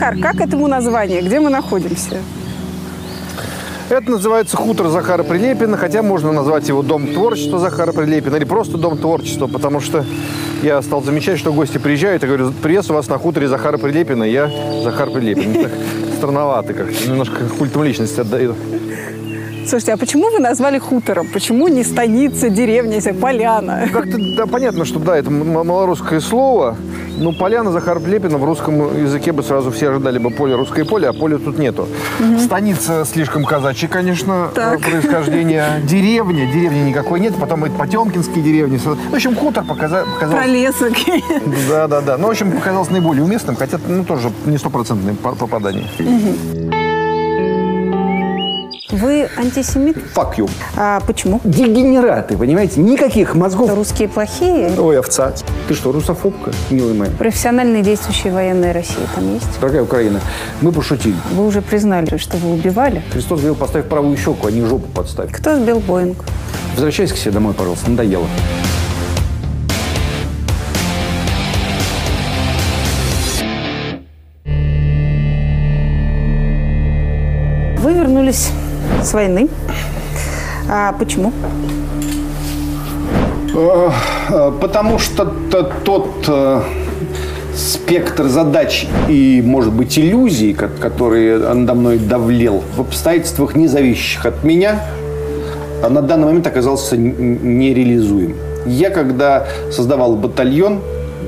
Захар, как этому название? Где мы находимся? Это называется хутор Захара Прилепина, хотя можно назвать его Дом творчества Захара Прилепина или просто Дом творчества, потому что я стал замечать, что гости приезжают и говорят: приветствую вас на хуторе Захара Прилепина, я Захар Прилепин. Так странновато как-то, немножко культом личности отдаю. Слушайте, а почему вы назвали хутором? Почему не станица, деревня, поляна? Как-то, да, понятно, что да, это малорусское слово, но поляна Захара Прилепина в русском языке бы сразу все ожидали бы поле, русское поле, а поля тут нету. Станица слишком казачья, конечно, происхождение. Деревни никакой нет, потом это потемкинские деревни. В общем, хутор показался... Пролесок. Да. Ну, в общем, показалось наиболее уместным, хотя, тоже не стопроцентное попадание. Вы антисемит? Fuck you. А почему? Дегенераты, понимаете? Никаких мозгов. Русские плохие? Ой, овца. Ты что, русофобка, милый мой? Профессиональные действующие военные России там есть? Дорогая Украина, мы пошутили. Вы уже признали, что вы убивали? Христос говорил: поставь правую щеку, а не жопу подставь. Кто сбил Боинг? Возвращайся к себе домой, пожалуйста, надоело. Вы вернулись с войны. А почему? Потому что тот спектр задач и, может быть, иллюзий, которые надо мной давлел, в обстоятельствах, не зависящих от меня, на данный момент оказался нереализуем. Я, когда создавал батальон,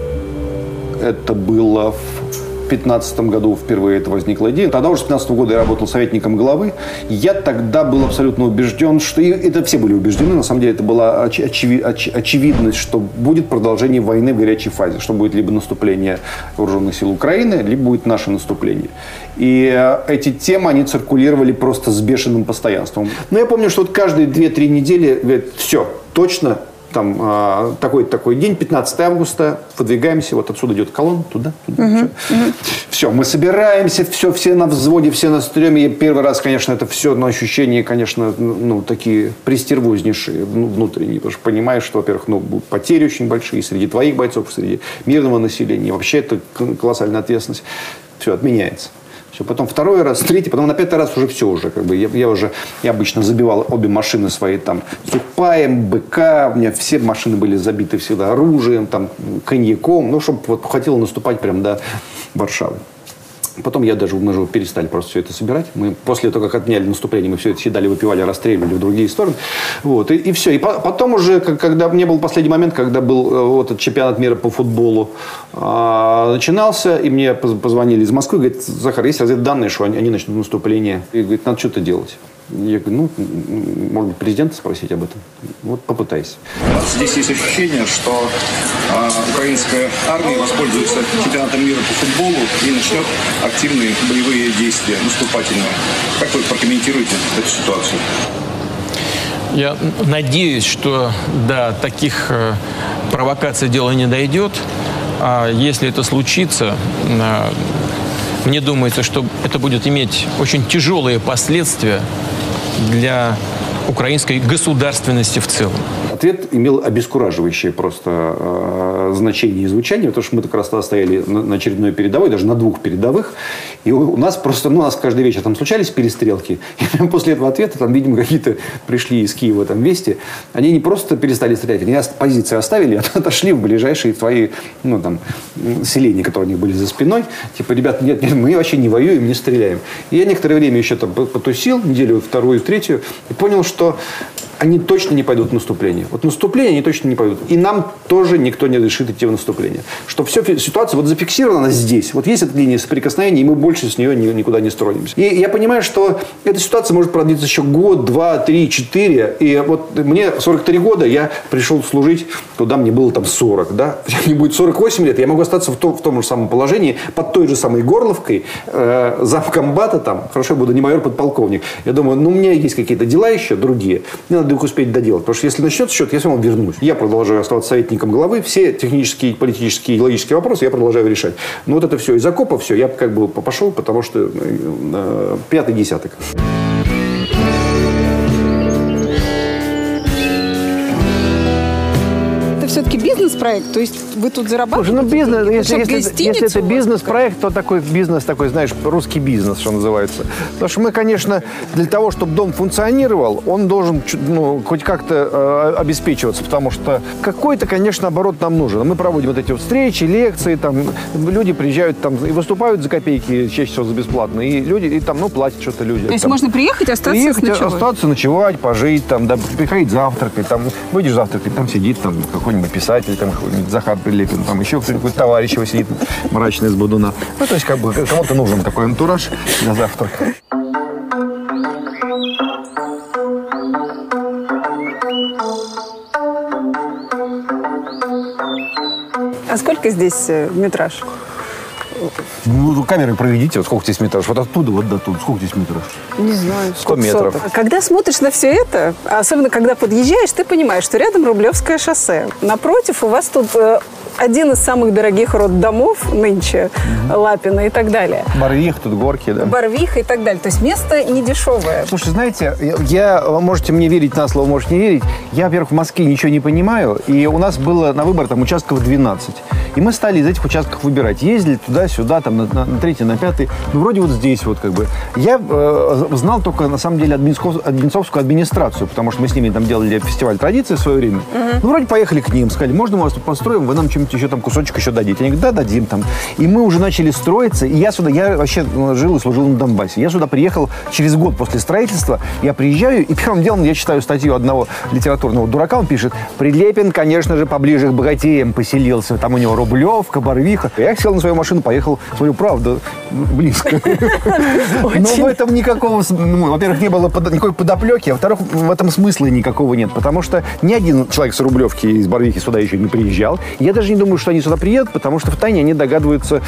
это было в 2015 году впервые это возникла идея. Тогда уже с 2015 года я работал советником главы. Я тогда был абсолютно убежден, что... И это все были убеждены. На самом деле это была очевидность, что будет продолжение войны в горячей фазе. Что будет либо наступление вооруженных сил Украины, либо будет наше наступление. И эти темы, они циркулировали просто с бешеным постоянством. Но я помню, что вот каждые 2-3 недели говорят: все, точно... Там такой день, 15 августа, выдвигаемся, вот отсюда идет колонна, туда. Все, мы собираемся, все на взводе, все на стреме. И первый раз, конечно, это все, но ощущения, конечно, такие пристервознейшие внутренние, потому что понимаешь, что, во-первых, будут потери очень большие среди твоих бойцов, среди мирного населения. Вообще это колоссальная ответственность. Все, отменяется. Потом второй раз, третий, потом на 5-й раз уже все уже. Я обычно забивал обе машины свои там сухпаем, БК. У меня все машины были забиты всегда оружием, там, коньяком. Чтобы вот хватило наступать прям до Варшавы. Потом мы же перестали просто все это собирать. Мы после того, как отменяли наступление, мы все это съедали, выпивали, расстреливали в другие стороны. Вот, и все. И потом уже, когда мне был последний момент, когда был этот чемпионат мира по футболу, начинался, и мне позвонили из Москвы, говорят: Захар, есть разведданные, что они начнут наступление. И говорит: надо что-то делать. Я говорю: может быть, президента спросить об этом. Вот попытайся. Здесь есть ощущение, что украинская армия воспользуется чемпионатом мира по футболу и начнет активные боевые действия, наступательные. Как вы прокомментируете эту ситуацию? Я надеюсь, что до таких провокаций дело не дойдет. А если это случится, мне думается, что это будет иметь очень тяжелые последствия для украинской государственности в целом. Ответ имел обескураживающее просто значение и звучание, потому что мы как раз тогда стояли на очередной передовой, даже на 2 передовых, и у нас просто, у нас каждый вечер там случались перестрелки, и после этого ответа, там, видимо, какие-то пришли из Киева там вести, они не просто перестали стрелять, они позиции оставили, отошли в ближайшие свои, селения, которые у них были за спиной, типа: ребят, нет, мы вообще не воюем, не стреляем. И я некоторое время еще там потусил, неделю, 2-ю, 3-ю, и понял, что они точно не пойдут в наступление. Вот наступление они точно не пойдут. И нам тоже никто не решит идти в наступление. Что все, ситуация вот зафиксирована здесь. Вот есть эта линия соприкосновения, и мы больше с нее никуда не строимся. И я понимаю, что эта ситуация может продлиться еще год, 2, 3, 4. И вот мне 43 года, я пришел служить, туда мне было там 40. Да? Мне будет 48 лет, я могу остаться в том же самом положении, под той же самой Горловкой, замкомбата там. Хорошо, я буду не майор, подполковник. Я думаю, у меня есть какие-то дела еще другие. Мне надо их успеть доделать. Потому что если начнется счет, я все равно вернусь. Я продолжаю оставаться советником главы. Все технические, политические и логические вопросы я продолжаю решать. Но вот это все из окопа, все, я как бы пошел, потому что 5-й десяток. все-таки бизнес-проект? То есть вы тут зарабатываете? Слушай, ну бизнес, деньги? если это бизнес-проект, то такой бизнес, такой, знаешь, русский бизнес, что называется. Потому что мы, конечно, для того, чтобы дом функционировал, он должен хоть как-то обеспечиваться, потому что какой-то, конечно, оборот нам нужен. Мы проводим вот эти вот встречи, лекции, там люди приезжают там и выступают за копейки, чаще всего за бесплатно, и люди и там, платят что-то люди. То есть там, можно приехать, остаться, ночевать, пожить, там, да, приходить завтракать, там, выйдешь завтракать, там сидит там какой-нибудь писатель, там какой-нибудь Захар Прилепин, там еще какой-то товарищ его сидит мрачный из Бодуна. Ну, то есть, как бы, кому-то нужен такой антураж для завтрака. А сколько здесь метраж? Ну, камерой проведите, вот сколько здесь метраж. Вот оттуда, вот до тут. Сколько здесь метраж? Не знаю. 100 метров. Когда смотришь на все это, особенно когда подъезжаешь, ты понимаешь, что рядом Рублевское шоссе. Напротив, у вас тут один из самых дорогих роддомов нынче, Лапино и так далее. Барвих, тут горки, да. Барвих и так далее. То есть место не дешевое. Слушай, знаете, можете мне верить на слово, можете не верить. Я, во-первых, в Москве ничего не понимаю, и у нас было на выбор там участков 12. И мы стали из этих участков выбирать. Ездили туда-сюда, там, на третий, на пятый. Ну, вроде вот здесь вот как бы. Я знал только, на самом деле, Одинцовскую администрацию, потому что мы с ними там делали фестиваль традиции в свое время. Ну, вроде поехали к ним, сказали, можно мы вас тут построим, вы нам чем-нибудь еще там кусочек еще дадите. Они говорят, да, дадим там. И мы уже начали строиться, и я вообще жил и служил на Донбассе. Я сюда приехал через год после строительства, я приезжаю, и первым делом я читаю статью одного литературного дурака, он пишет, Прилепин, конечно же, поближе к богатеям поселился, там у него Рублевка, Барвиха. Я сел на свою машину, поехал, смотрю, правда, близко. Но в этом никакого, во-первых, не было никакой подоплеки, а во-вторых, в этом смысла никакого нет, потому что ни один человек с Рублевки из Барвихи сюда еще не приезжал. Я даже не думаю, что они сюда приедут, потому что втайне они догадываются,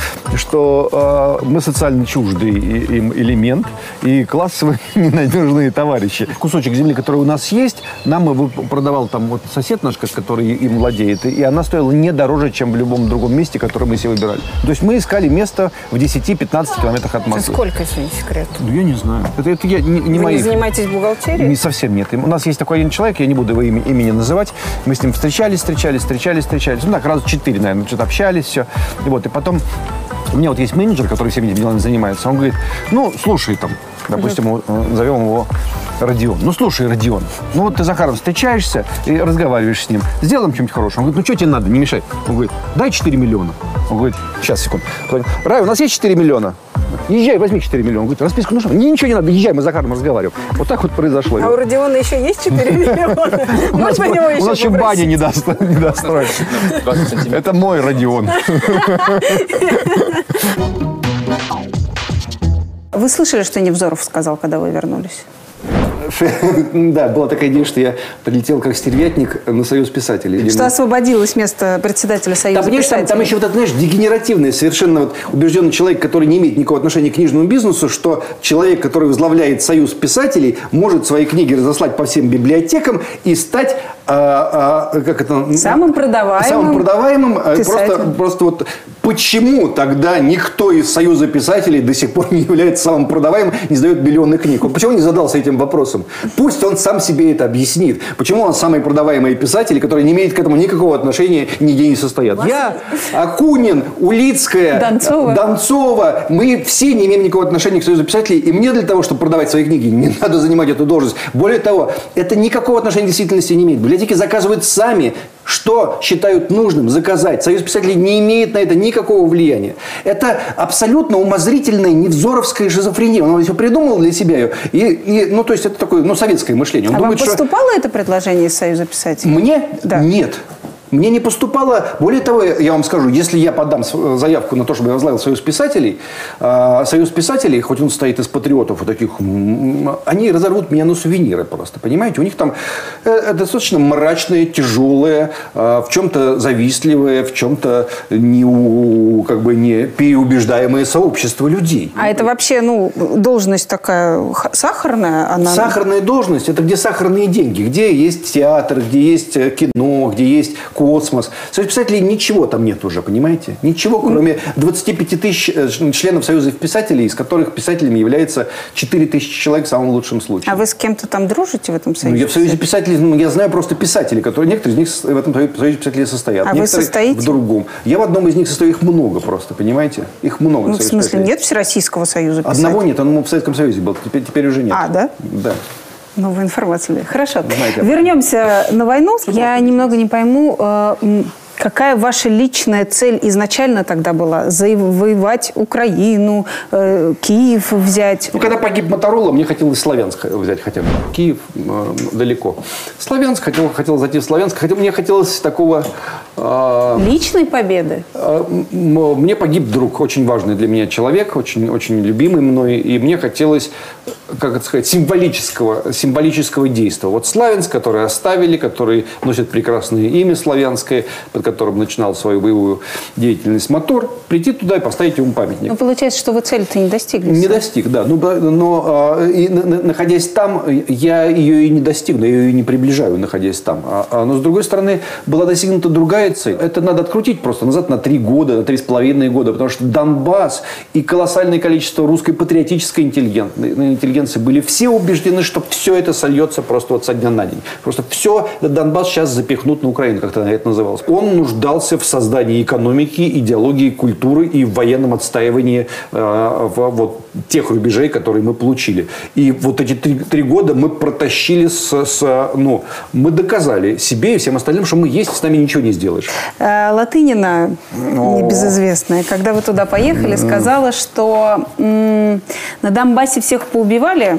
что мы социально чуждый им элемент и классовые ненадежные товарищи. Кусочек земли, который у нас есть, нам его продавал там вот сосед наш, который им владеет, и она стоила не дороже, чем в любом другом месте, которое мы себе выбирали. То есть мы искали место в 10-15 километрах от Москвы. Сколько, если не секрет? Ну, я не знаю. Это я не Вы мои. не занимаетесь бухгалтерией? Не совсем нет. У нас есть такой один человек, я не буду его имени называть. Мы с ним встречались. Ну так, раза 4, наверное, что-то общались, все. И вот, и потом у меня вот есть менеджер, который всеми этими делами занимается. Он говорит, ну, слушай, там, допустим, назовем его Родион. Ну, слушай, Родион, ну вот ты с Захаром встречаешься и разговариваешь с ним. Сделаем что-нибудь хорошее. Он говорит, ну, что тебе надо, не мешай. Он говорит, дай 4 миллиона. Он говорит, сейчас, секунду. Рай, у нас есть 4 миллиона? Езжай, возьми 4 миллиона. Он говорит, расписку нужна? Мне ничего не надо, езжай, мы с Захаром разговариваем. Вот так вот произошло. А у Родиона еще есть 4 миллиона? Можно его еще У нас еще баня не достроить. Это мой Родион. Вы слышали, что Невзоров сказал, когда вы вернулись? Да, была такая идея, что я прилетел как стервятник на Союз писателей. Что освободилось место председателя Союза писателей. Там еще вот это, знаешь, дегенеративный, совершенно вот убежденный человек, который не имеет никакого отношения к книжному бизнесу, что человек, который возглавляет Союз писателей, может свои книги разослать по всем библиотекам и стать самым продаваемым просто вот почему тогда никто из Союза писателей до сих пор не является самым продаваемым, не сдает миллионы книг? Вот почему он не задался этим вопросом? Пусть он сам себе это объяснит. Почему он самый продаваемый писатель, который не имеет к этому никакого отношения, нигде не состоят? Я, Акунин, Улицкая, Донцова, мы все не имеем никакого отношения к Союзу писателей, и мне для того, чтобы продавать свои книги, не надо занимать эту должность. Более того, это никакого отношения к действительности не имеет. Библиотеки заказывают сами, что считают нужным заказать. Союз писателей не имеет на это никакого влияния. Это абсолютно умозрительная невзоровская шизофрения. Он все придумал для себя. Ну, то есть, это такое, советское мышление. Он думает, вам поступало это предложение из Союза писателей? Мне? Да. Нет. Мне не поступало. Более того, я вам скажу, если я подам заявку на то, чтобы я возглавил Союз писателей, хоть он состоит из патриотов вот таких, они разорвут меня на сувениры просто, понимаете? У них там достаточно мрачное, тяжелое, в чем-то завистливое, в чем-то не переубеждаемое сообщество людей. А это вообще, должность такая сахарная? Сахарная должность – это где сахарные деньги, где есть театр, где есть кино, где есть космос. Союз писателей ничего там нет уже, понимаете? Ничего, кроме 25 тысяч членов Союза писателей, из которых писателями является 4 тысячи человек в самом лучшем случае. А вы с кем-то там дружите в этом Союзе? Я в Союзе писателей, я знаю просто писателей, которые, некоторые из них в этом Союзе писателей состоят. А вы состоите? В другом. Я в одном из них состою, их много просто, понимаете? Их много. Ну, в смысле, нет Всероссийского Союза писателей? Одного нет, он в Советском Союзе был, теперь уже нет. А, да? Да. Новая информация. Хорошо. Знаете. Вернемся на войну. Я немного не пойму, какая ваша личная цель изначально тогда была? Завоевать Украину, Киев взять? Ну, когда погиб Моторола, мне хотелось Славянск взять хотя бы. Киев далеко. Славянск, хотел зайти в Славянск. Мне хотелось такого... Личной победы? Мне погиб друг, очень важный для меня человек, очень, очень любимый мной. И мне хотелось, как это сказать, символического действия. Вот Славянск, который оставили, который носит прекрасное имя славянское, под которым начинал свою боевую деятельность Мотор, прийти туда и поставить ему памятник. Ну, получается, что вы цели-то не достигли. Не достиг, да. Но находясь там, я ее и не достигну, я ее и не приближаю, находясь там. Но, с другой стороны, была достигнута другая цель. Это надо открутить просто назад на 3 года, на 3,5 года, потому что Донбасс и колоссальное количество русской патриотической интеллигенции были все убеждены, что все это сольется просто вот со дня на день. Просто все Донбасс сейчас запихнут на Украину, как это называлось. Он нуждался в создании экономики, идеологии, культуры и в военном отстаивании вот тех рубежей, которые мы получили. И вот эти 3 года мы протащили мы доказали себе и всем остальным, что мы есть, с нами ничего не сделаешь. Латынина, небезызвестная, когда вы туда поехали, сказала, что на Донбассе всех поубивали,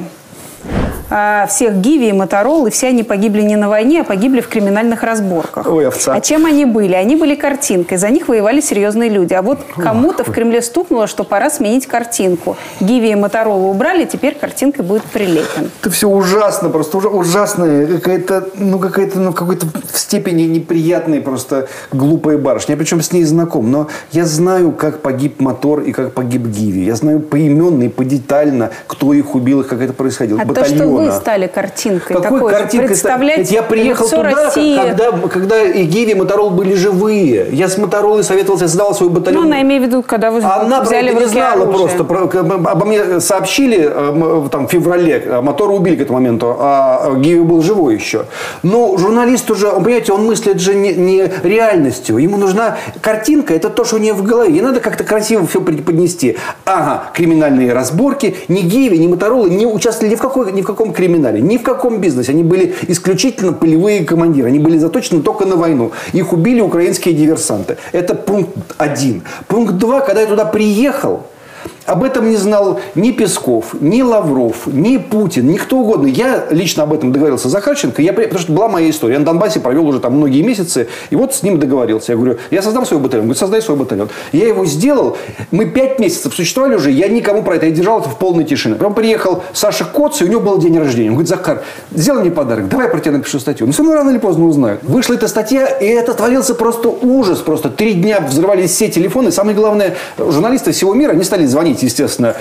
всех Гиви и Моторол, и все они погибли не на войне, а погибли в криминальных разборках. Ой, овца. А чем они были? Они были картинкой, за них воевали серьезные люди. А вот кому-то в Кремле стукнуло, что пора сменить картинку. Гиви и Моторола убрали, теперь картинкой будет Прилепин. Это все ужасно, просто ужасное. Какая-то в какой-то степени неприятная, просто глупая барышня. Я причем с ней знаком, но я знаю, как погиб Мотор и как погиб Гиви. Я знаю поименно и подетально, кто их убил и как это происходило. А то, что вы стали картинкой, какой такой картинкой? представлять я приехал лицо туда, России. когда и Гиви, и Моторол были живые. Я с Моторолой советовался, я создал свой батальон. Ну, она имеет в виду, когда вы она взяли в руки не знала оружие. просто. Обо мне сообщили в феврале. Мотора убили к этому моменту, а Гиви был живой еще. Но журналист уже, понимаете, он мыслит же не реальностью. Ему нужна картинка, это то, что у нее в голове. Ей надо как-то красиво все преподнести. Ага, криминальные разборки. Ни Гиви, ни Моторола не участвовали ни в каком криминале, ни в каком бизнесе. Они были исключительно полевые командиры. Они были заточены только на войну. Их убили украинские диверсанты. Это пункт 1. Пункт 2. Когда я туда приехал, об этом не знал ни Песков, ни Лавров, ни Путин, никто угодно. Я лично об этом договорился с Захарченко, потому что была моя история. Я на Донбассе провел уже там многие месяцы, и вот с ним договорился. Я говорю, я создам свой батальон. Он говорит, создай свой батальон. Я его сделал. Мы 5 месяцев существовали уже, я никому про это, я держал это в полной тишине. Потом приехал Саша Коц, и у него был день рождения. Он говорит, Захар, сделай мне подарок, давай я про тебя напишу статью. Ну, все равно рано или поздно узнают. Вышла эта статья, и это творился просто ужас. Просто 3 дня взрывались все телефоны. И самое главное, журналисты всего мира, они стали звонить, естественно,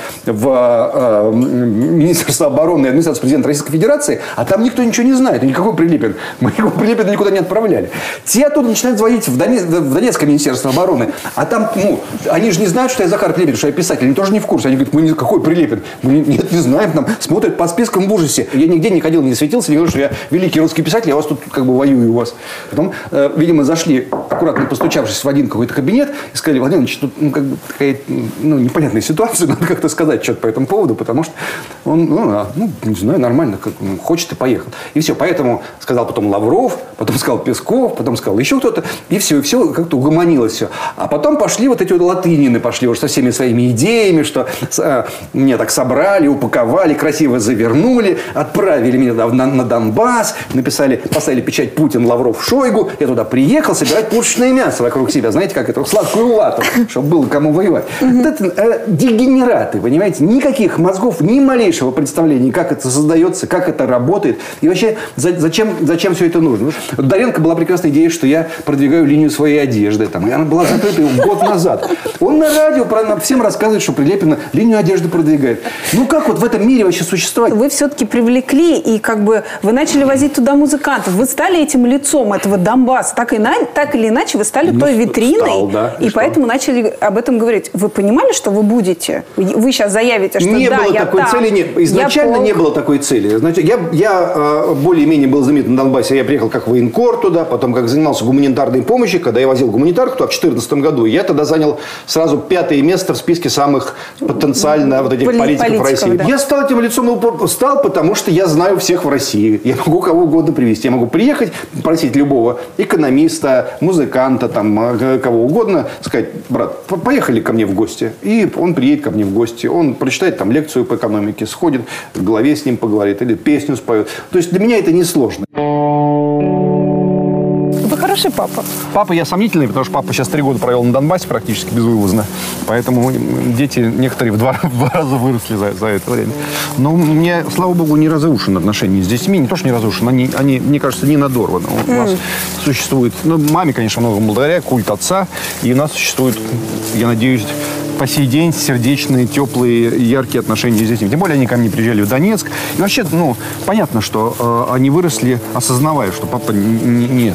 в Министерство обороны и администрацию президента Российской Федерации, а там никто ничего не знает. Никакой Прилепин. Мы его Прилепина никуда не отправляли. Те оттуда начинают звонить в Донецкое Министерство обороны. А там, они же не знают, что я Захар Прилепин, что я писатель. Они тоже не в курсе. Они говорят, какой Прилепин? Мы нет, не знаем. Там смотрят по спискам в ужасе. Я нигде не ходил, не светился, не говорю, что я великий русский писатель, я вас тут как бы воюю у вас. Потом, видимо, зашли, аккуратно постучавшись в один какой-то кабинет, и сказали, Владимир Ильич, тут как бы такая непонятная ситуация, надо как-то сказать что-то по этому поводу, потому что он, не знаю, нормально, хочет и поехал. И все. Поэтому сказал потом Лавров, потом сказал Песков, потом сказал еще кто-то, и все как-то угомонилось все. А потом пошли вот эти вот латынины, пошли уже со всеми своими идеями, что меня так собрали, упаковали, красиво завернули, отправили меня на Донбасс, поставили печать Путин, Лавров, Шойгу. Я туда приехал собирать пушечное мясо вокруг себя. Знаете, как это? Сладкую вату, чтобы было кому воевать. Вот это дегенераты, понимаете? Никаких мозгов, ни малейшего представления, как это создается, как это работает. И вообще, зачем все это нужно? У Доренко была прекрасная идея, что я продвигаю линию своей одежды. Там, и она была закрыта год назад. Он на радио всем рассказывает, что Прилепина линию одежды продвигает. Ну, как вот в этом мире вообще существовать? Вы все-таки привлекли, и как бы вы начали возить туда музыкантов. Вы стали этим лицом этого Донбасса. Так или иначе, вы стали той витриной. Да, и поэтому начали об этом говорить. Вы понимали, что вы будете? Вы сейчас заявите, что не было такой цели. Изначально не было такой цели. Значит, я более-менее был заметен на Донбассе. Я приехал как военкор туда, потом как занимался гуманитарной помощью. Когда я возил гуманитарку туда в 2014 году, я тогда занял сразу 5-е место в списке самых потенциально вот этих политиков России. Да. Я стал этим лицом, потому что я знаю всех в России. Я могу кого угодно привезти. Я могу приехать, попросить любого экономиста, музыканта, там, кого угодно, сказать: брат, поехали ко мне в гости. И он приедет ко мне в гости. Он прочитает там лекцию по экономике, сходит, к главе с ним поговорит или песню споет. То есть для меня это несложно. Вы хороший папа. Папа я сомнительный, потому что папа сейчас 3 года провел на Донбассе практически безвылазно. Поэтому дети некоторые в два раза выросли за это время. Но у меня, слава богу, не разрушены отношения с детьми. Не то, что не разрушены, они мне кажется, не надорваны. У нас существует, маме, конечно, много благодаря, культ отца. И у нас существует, я надеюсь, по сей день сердечные, теплые, яркие отношения с детьми. Тем более они ко мне приезжали в Донецк. И вообще, понятно, что они выросли, осознавая, что папа не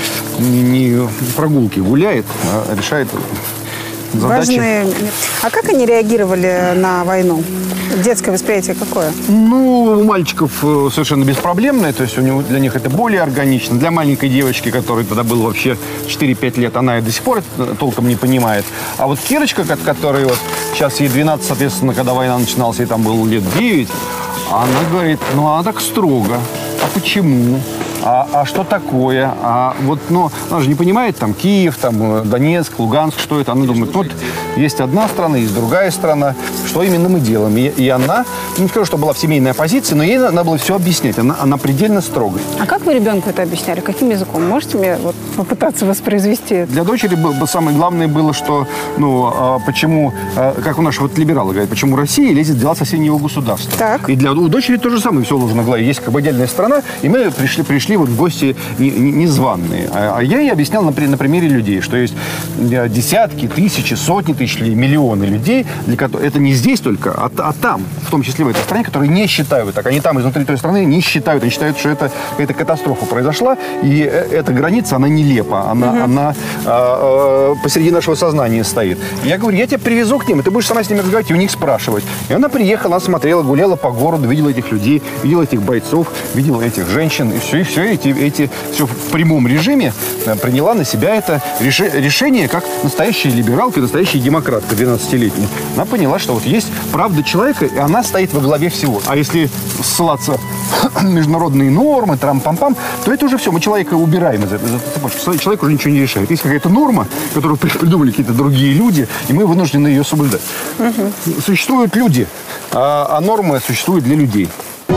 прогулки гуляет, а решает задачи. А как они реагировали на войну? Детское восприятие какое? У мальчиков совершенно беспроблемное. То есть для них это более органично. Для маленькой девочки, которой тогда было вообще 4-5 лет, она и до сих пор толком не понимает. А вот Кирочка, которой вот сейчас ей 12, соответственно, когда война начиналась, ей там было лет 9, она говорит: она так строго. А почему? А что такое? Она же не понимает, там, Киев, там, Донецк, Луганск, что это. Она думает, есть одна страна, есть другая страна. Что именно мы делаем? И она, не скажу, что была в семейной оппозиции, но ей надо было все объяснять. Она предельно строгая. А как вы ребенку это объясняли? Каким языком? Можете мне попытаться воспроизвести это? Для дочери самое главное было, что, почему, как у нашего либерала говорят, почему Россия лезет в дела соседнего государства. Так. И у дочери то же самое все ложно в голове. Есть как бы отдельная страна, и мы пришли в гости незваные. А я ей объяснял на примере людей, что есть десятки, тысячи, сотни тысяч, миллионы людей, для которых это не здесь только, а там, в том числе в этой стране, которые не считают так. Они там изнутри той страны не считают. Они считают, что это какая-то катастрофа произошла, и эта граница, она нелепа. Она посреди нашего сознания стоит. И я говорю: я тебя привезу к ним, и ты будешь сама с ними разговаривать и у них спрашивать. И она приехала, она смотрела, гуляла по городу, видела этих людей, видела этих бойцов, видела этих женщин, и все в прямом режиме приняла на себя это решение как настоящая либералка, настоящая демократка 12-летняя. Она поняла, что есть правда человека, и она стоит во главе всего. А если ссылаться на международные нормы, трам-пам-пам, то это уже все, мы человека убираем из этой цепочки. Человек уже ничего не решает. Есть какая-то норма, которую придумали какие-то другие люди, и мы вынуждены ее соблюдать. Существуют люди, а нормы существуют для людей.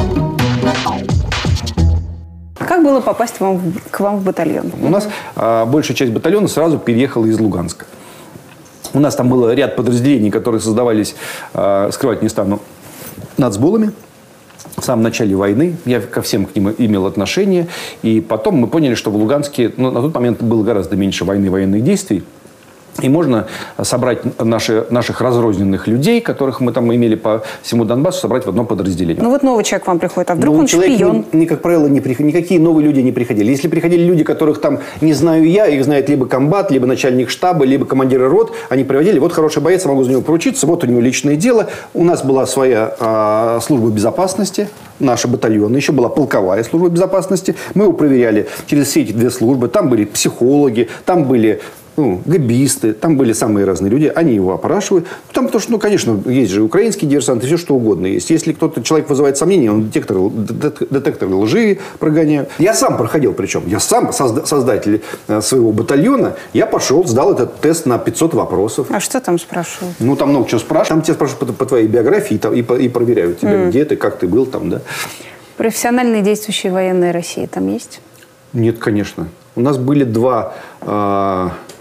Как было попасть к вам в батальон? У нас большая часть батальона сразу переехала из Луганска. У нас там был ряд подразделений, которые создавались, скрывать не стану, нацболами. В самом начале войны я ко всем к ним имел отношение. И потом мы поняли, что в Луганске на тот момент было гораздо меньше войны, военных действий. И можно собрать наших разрозненных людей, которых мы там имели по всему Донбассу, собрать в одном подразделении. Новый человек к вам приходит, а вдруг он шпион? Как правило, никакие новые люди не приходили. Если приходили люди, которых там не знаю я, их знает либо комбат, либо начальник штаба, либо командиры рот, они приводили: вот хороший боец, я могу за него поручиться, вот у него личное дело. У нас была своя служба безопасности, наши батальоны, еще была полковая служба безопасности. Мы его проверяли через все эти 2 службы. Там были психологи, там были габисты, там были самые разные люди, они его опрашивают. Там, потому что, конечно, есть же украинские диверсанты, все что угодно есть. Если человек вызывает сомнения, он детектор лжи прогоняет. Я сам проходил, причем, я сам создатель своего батальона, я пошел, сдал этот тест на 500 вопросов. А что там спрашивают? Там много чего спрашивают. Там тебя спрашивают по твоей биографии и проверяют тебя, где ты, как ты был там, да. Профессиональные действующие военные России там есть? Нет, конечно. У нас были 2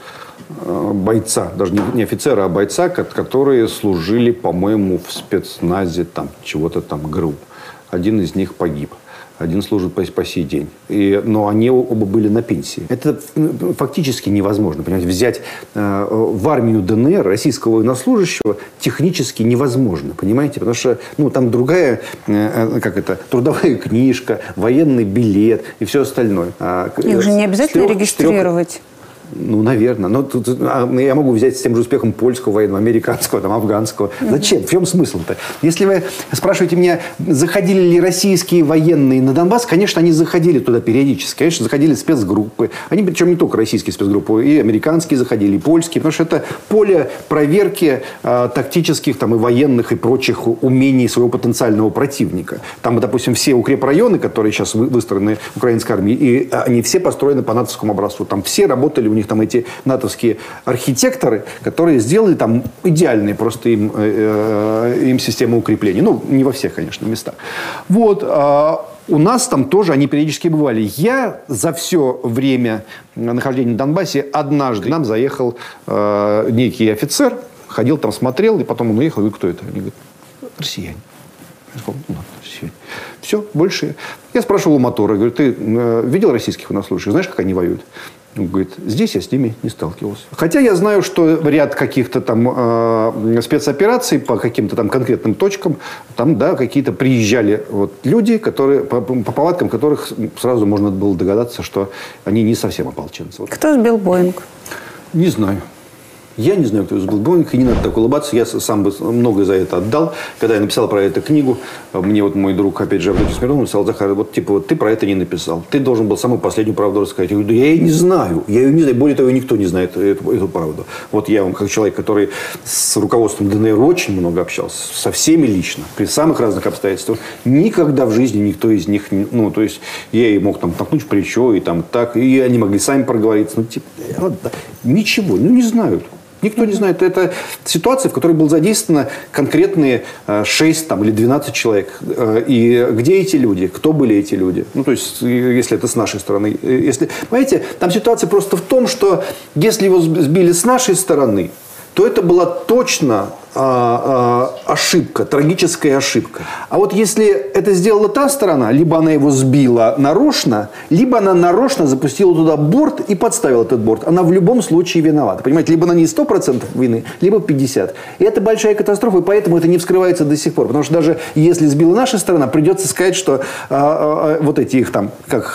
бойца, даже не офицера, а бойца, которые служили, по-моему, в спецназе там, чего-то там ГРУ. Один из них погиб. Один служит по сей день. Но они оба были на пенсии. Это фактически невозможно. Понимаете, взять в армию ДНР российского военнослужащего технически невозможно. Понимаете? Потому что там другая трудовая книжка, военный билет и все остальное. Их же не обязательно регистрировать. Наверное. Но тут я могу взять с тем же успехом польского военного, американского, афганского. Зачем? В чем смысл-то? Если вы спрашиваете меня, заходили ли российские военные на Донбасс, конечно, они заходили туда периодически. Конечно, заходили спецгруппы. Они, причем не только российские спецгруппы, и американские заходили, и польские. Потому что это поле проверки тактических и военных, и прочих умений своего потенциального противника. Там, допустим, все укрепрайоны, которые сейчас выстроены украинской армией, и они все построены по натовскому образцу. Там все работали, у них там эти натовские архитекторы, которые сделали там идеальные просто им систему укреплений. Не во всех, конечно, местах. Вот. У нас там тоже они периодически бывали. Я за все время нахождения на Донбассе однажды к нам заехал некий офицер, ходил там, смотрел, и потом он уехал. Я говорю, кто это? Они говорят, россияне. Я сказал, россияне. Все, больше. Я спрашивал у мотора, говорю, ты видел российских военнослужащих? Знаешь, как они воюют? Он говорит, здесь я с ними не сталкивался. Хотя я знаю, что ряд каких-то там спецопераций по каким-то там конкретным точкам, там, да, какие-то приезжали люди, которые, по повадкам которых сразу можно было догадаться, что они не совсем ополченцы. Кто сбил Боинг? Не знаю. Я не знаю, кто сбил Боинг, и не надо так улыбаться. Я сам бы многое за это отдал. Когда я написал про эту книгу, мне мой друг, опять же, Авдотья Смирнов написал, Захар, ты про это не написал. Ты должен был самую последнюю правду рассказать. Я говорю, да я ее не знаю. Я ее не знаю. Более того, никто не знает эту правду. Вот я вам, как человек, который с руководством ДНР очень много общался, со всеми лично, при самых разных обстоятельствах, никогда в жизни никто из них, то есть я ей мог там толкнуть в плечо, и там так, и они могли сами проговориться. Ничего, не знают. Никто не знает. Это ситуация, в которой было задействовано конкретные 6 или 12 человек. И где эти люди? Кто были эти люди? То есть, если это с нашей стороны. Понимаете, там ситуация просто в том, что если его сбили с нашей стороны, то это была точно ошибка, трагическая ошибка. А вот если это сделала та сторона, либо она его сбила нарочно, либо она нарочно запустила туда борт и подставила этот борт. Она в любом случае виновата. Понимаете, либо на ней 100% вины, либо 50%. И это большая катастрофа, и поэтому это не вскрывается до сих пор. Потому что даже если сбила наша сторона, придется сказать, что вот эти их там, как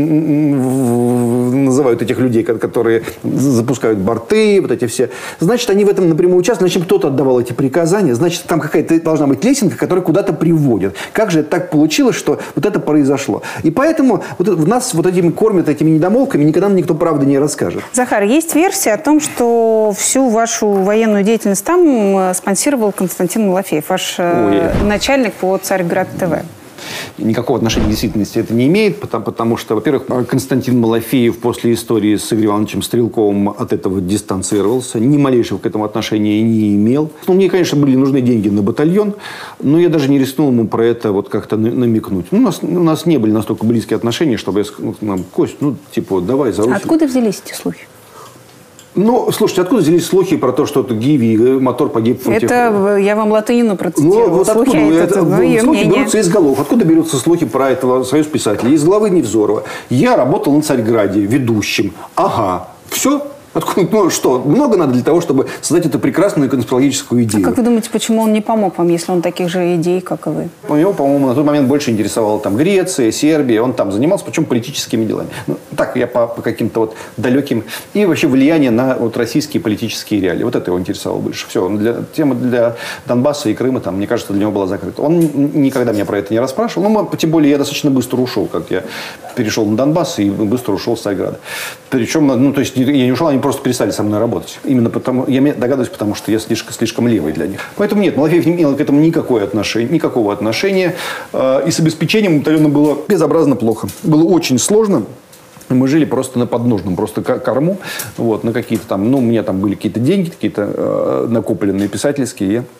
называют этих людей, которые запускают борты, вот эти все, значит, они в этом напрямую участвуют, значит, кто-то отдавал эти приказания, значит, там какая-то должна быть лесенка, которая куда-то приводит. Как же это так получилось, что вот это произошло? И поэтому нас вот этими кормят, этими недомолвками, никогда нам никто правды не расскажет. Захар, есть версия о том, что всю вашу военную деятельность там спонсировал Константин Малафеев, ваш начальник по Царьград ТВ. Никакого отношения к действительности это не имеет, потому что, во-первых, Константин Малафеев после истории с Игорем Ивановичем Стрелковым от этого дистанцировался, ни малейшего к этому отношения не имел. Мне, конечно, были нужны деньги на батальон, но я даже не рискнул ему про это как-то намекнуть. У нас не были настолько близкие отношения, чтобы я сказал, Кость, давай за Русь. Откуда взялись эти слухи? Слушайте, откуда взялись слухи про то, что Гиви, мотор погиб? Это я вам латынину процитировала. Слухи берутся из голов. Откуда берутся слухи про этого Союз писателей? Из главы Невзорова. Я работал на Царьграде ведущим. Ага. Все. Откуда, что? Много надо для того, чтобы создать эту прекрасную конспирологическую идею. А как вы думаете, почему он не помог вам, если он таких же идей, как и вы? Его, по-моему, на тот момент больше интересовала Греция, Сербия. Он там занимался, причем политическими делами. Так, я по каким-то далеким. И вообще влияние на российские политические реалии. Вот это его интересовало больше. Все. Тема для Донбасса и Крыма, мне кажется, для него была закрыта. Он никогда меня про это не расспрашивал. Тем более, я достаточно быстро ушел, как я перешел на Донбасс и быстро ушел с Царьграда. Причем, то есть, я не ушел, они просто перестали со мной работать. Именно потому, я догадываюсь, потому что я слишком левый для них. Поэтому нет, Малафеев не имел к этому никакого отношения. И с обеспечением батальона было безобразно плохо. Было очень сложно. Мы жили просто на подножном, просто корму. На какие-то там, у меня там были какие-то деньги, какие-то накопленные писательские.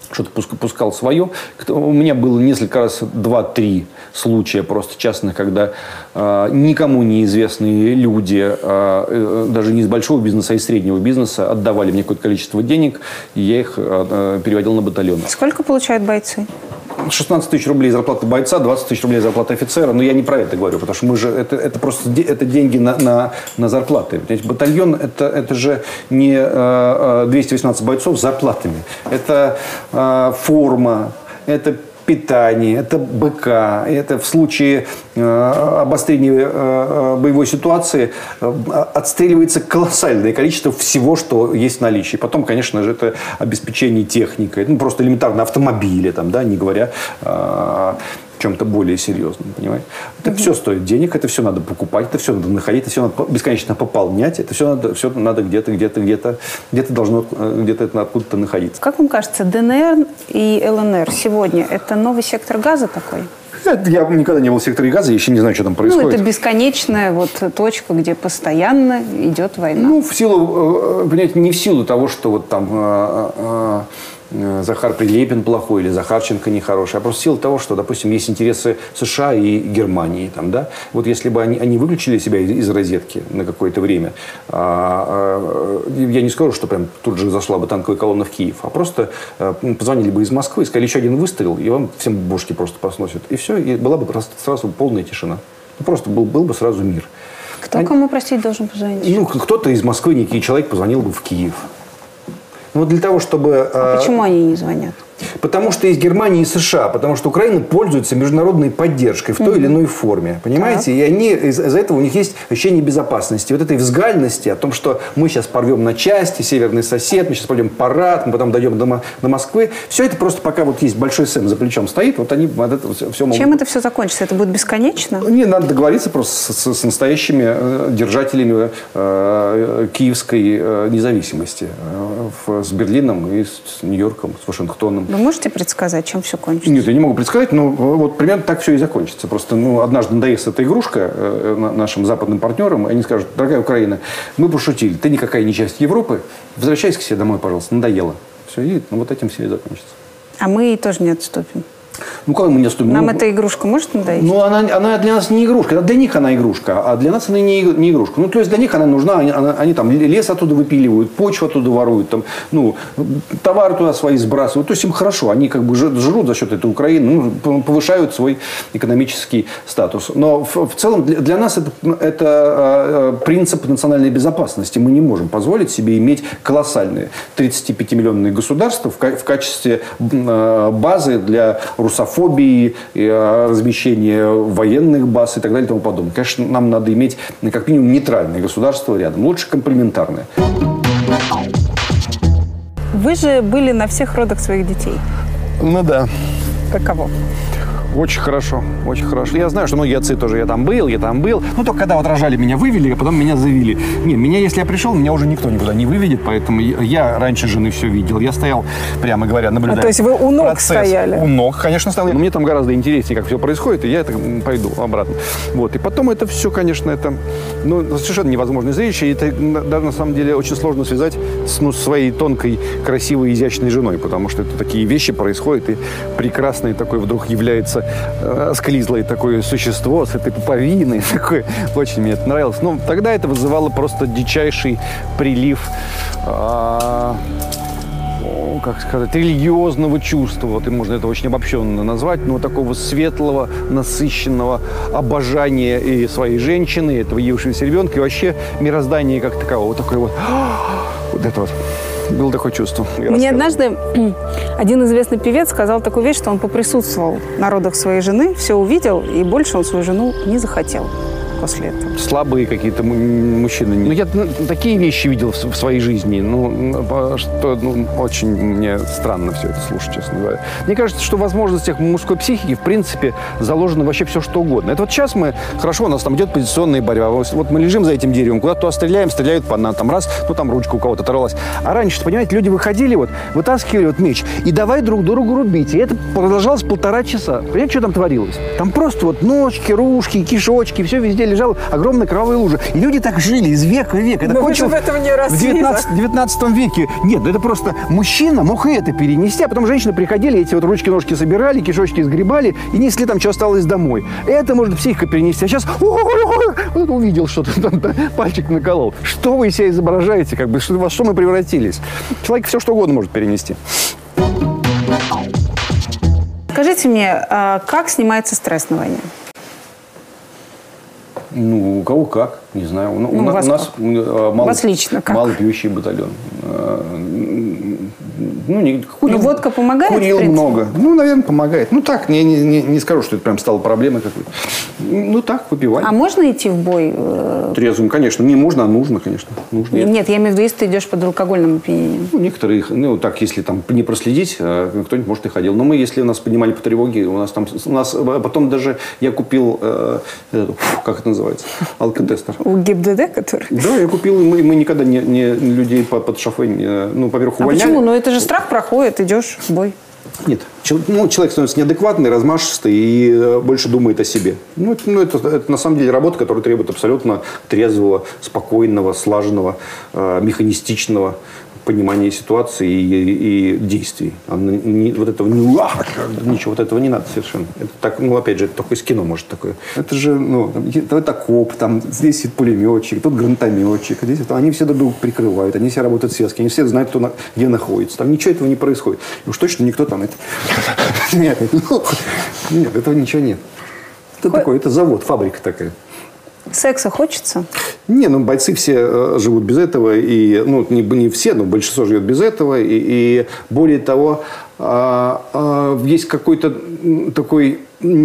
что-то пускал свое. У меня было несколько раз 2-3 случая просто частных, когда никому неизвестные люди, даже не из большого бизнеса, а из среднего бизнеса, отдавали мне какое-то количество денег, и я их переводил на батальон. Сколько получают бойцы? 16 тысяч рублей зарплата бойца, 20 тысяч рублей зарплата офицера. Но я не про это говорю, потому что мы же это просто это деньги на зарплаты. Батальон это же не 218 бойцов с зарплатами. Это форма, это питание, это БК, это в случае обострения боевой ситуации отстреливается колоссальное количество всего, что есть в наличии. Потом, конечно же, это обеспечение техникой, ну, просто элементарно автомобили, там, да, не говоря о чем-то более серьезном, понимаете? Это все стоит денег, это все надо покупать, это все надо находить, это все надо бесконечно пополнять, это все надо где-то должно где-то откуда-то находиться. Как вам кажется, ДНР и ЛНР сегодня – это новый сектор газа такой? Я никогда не был в секторе газа, я еще не знаю, что там происходит. Ну, это бесконечная вот точка, где постоянно идет война. Ну, в силу, понимаете, не в силу того, что вот там Захар Прилепин плохой или Захарченко нехороший, а просто в силу того, что, допустим, есть интересы США и Германии. Там, да? Вот если бы они выключили себя из розетки на какое-то время, я не скажу, что прям тут же зашла бы танковая колонна в Киев, а просто позвонили бы из Москвы, сказали, еще один выстрел, и вам всем бошки просто посносят. И все, и была бы сразу полная тишина. Ну, просто был бы сразу мир. Кто кому, простить, должен позвонить? Ну, кто-то из Москвы, некий человек, позвонил бы в Киев. Ну, для того, чтобы... А почему они не звонят? Потому что из Германии и США, потому что Украина пользуется международной поддержкой в той или иной форме. Понимаете? И они, из-за этого у них есть ощущение безопасности. Вот этой взгальности о том, что мы сейчас порвем на части, северный сосед, мы сейчас пойдем парад, мы потом дойдем до Москвы. Все это просто пока вот есть большой Сэм за плечом стоит, вот они от этого все могут... Чем это все закончится? Это будет бесконечно? Не, надо договориться просто с настоящими держателями киевской независимости. С Берлином и с Нью-Йорком, с Вашингтоном. Вы можете предсказать, чем все кончится? Нет, я не могу предсказать, но вот примерно так все и закончится. Просто однажды надоест эта игрушка нашим западным партнерам, и они скажут: дорогая Украина, мы пошутили, ты никакая не часть Европы, возвращайся к себе домой, пожалуйста, надоело. Все, и вот этим все и закончится. А мы тоже не отступим. Ну, как мы не отступим? Нам эта игрушка может надоесть? Ну, она для нас не игрушка. Для них она игрушка, а для нас она не игрушка. Ну, то есть для них она нужна. Они там лес оттуда выпиливают, почву оттуда воруют, там, ну, товары туда свои сбрасывают. То есть им хорошо. Они как бы жрут за счет этой Украины, ну, повышают свой экономический статус. Но в целом для нас это принцип национальной безопасности. Мы не можем позволить себе иметь колоссальные 35-миллионные государства в качестве базы для русофобии, размещения военных баз и так далее и тому подобное. Конечно, нам надо иметь как минимум нейтральное государство рядом, лучше комплементарное. Вы же были на всех родах своих детей. Ну да. Каково? Очень хорошо, очень хорошо. Я знаю, что многие отцы тоже, я там был. Ну, только когда вот рожали, меня вывели, а потом меня завели. Не, меня, если я пришел, меня уже никто никуда не выведет, поэтому я раньше жены все видел. Я стоял, прямо говоря, наблюдая. То есть вы у ног процесс. стояли? У ног, конечно, стоял. Но мне там гораздо интереснее, как все происходит, и я это пойду обратно. Вот. И потом это все, конечно, это совершенно невозможное зрелище. И это даже, на самом деле, очень сложно связать с своей тонкой, красивой, изящной женой, потому что это такие вещи происходят, и прекрасный такой вдруг является склизлое такое существо с этой пуповиной. Такое. Очень мне это нравилось. Но тогда это вызывало просто дичайший прилив, как сказать, религиозного чувства. Вот, и можно это очень обобщенно назвать, но такого светлого, насыщенного обожания и своей женщины, и этого явившегося ребенка, и вообще мироздания как такового. Вот такое вот. Вот это вот. Было такое чувство. Мне однажды один известный певец сказал такую вещь, что он поприсутствовал на родах своей жены, все увидел, и больше он свою жену не захотел после этого. Слабые какие-то мужчины. Ну, я такие вещи видел в своей жизни, что очень мне странно все это слушать, честно говоря. Мне кажется, что в возможностях мужской психики, в принципе, заложено вообще все, что угодно. Это вот сейчас хорошо, у нас там идет позиционная борьба. Вот мы лежим за этим деревом, куда-то стреляем, стреляют по нам, там раз, там ручка у кого-то оторвалась. А раньше, понимаете, люди выходили, вытаскивали меч и давай друг другу рубить. И это продолжалось 1,5 часа. Понимаете, что там творилось? Там просто ножки, ружки, кишочки, все везде лежало. лежала огромная кровавая лужа. И люди так жили из века в век. Это кончилось в этом не росли, в 19 веке. Нет, это просто мужчина мог и это перенести, а потом женщины приходили, эти вот ручки-ножки собирали, кишочки сгребали и несли там, что осталось домой. Это может психика перенести. А сейчас вот увидел что-то, там, да, пальчик наколол. Что вы из себя изображаете? Как бы, во что мы превратились? Человек все что угодно может перенести. Скажите мне, как снимается стресс на войне? Ну, у кого как, не знаю. У нас лично как? малопьющий батальон. Водка помогает? Курил много. Ну, наверное, помогает. Ну, так, не скажу, что это прям стало проблемой какой-то. Ну, так, выпивать. А можно идти в бой? Трезвым, конечно. Не можно, а нужно, конечно. Нужно. Нет, я имею в виду, если ты идешь под алкогольным опьянением. Ну, некоторые, так, если там не проследить, кто-нибудь, может, и ходил. Но мы, если нас поднимали по тревоге, у нас потом даже я купил, как это называется, алкотестер. У ГИБДД, который? Да, я купил, и мы никогда не людей под шофе, поверх увольняли. А почему? Ну, это же страх проходит, идешь в бой. Нет. Человек становится неадекватный, размашистый и больше думает о себе. Это на самом деле работа, которая требует абсолютно трезвого, спокойного, слаженного, механистичного понимания ситуации и действий. Вот этого ничего вот этого не надо совершенно. Это так, опять же, это только из кино может такое. Это же, это коп, там здесь пулеметчик, тут гранатометчик, здесь они все друг друга прикрывают, они все работают в связке, они все знают, кто где находится. Там ничего этого не происходит. И уж точно никто там Нет, этого ничего нет. Это такое, это завод, фабрика такая. Секса хочется? Не, бойцы все живут без этого. И, не все, но большинство живет без этого. И более того, есть какой-то такой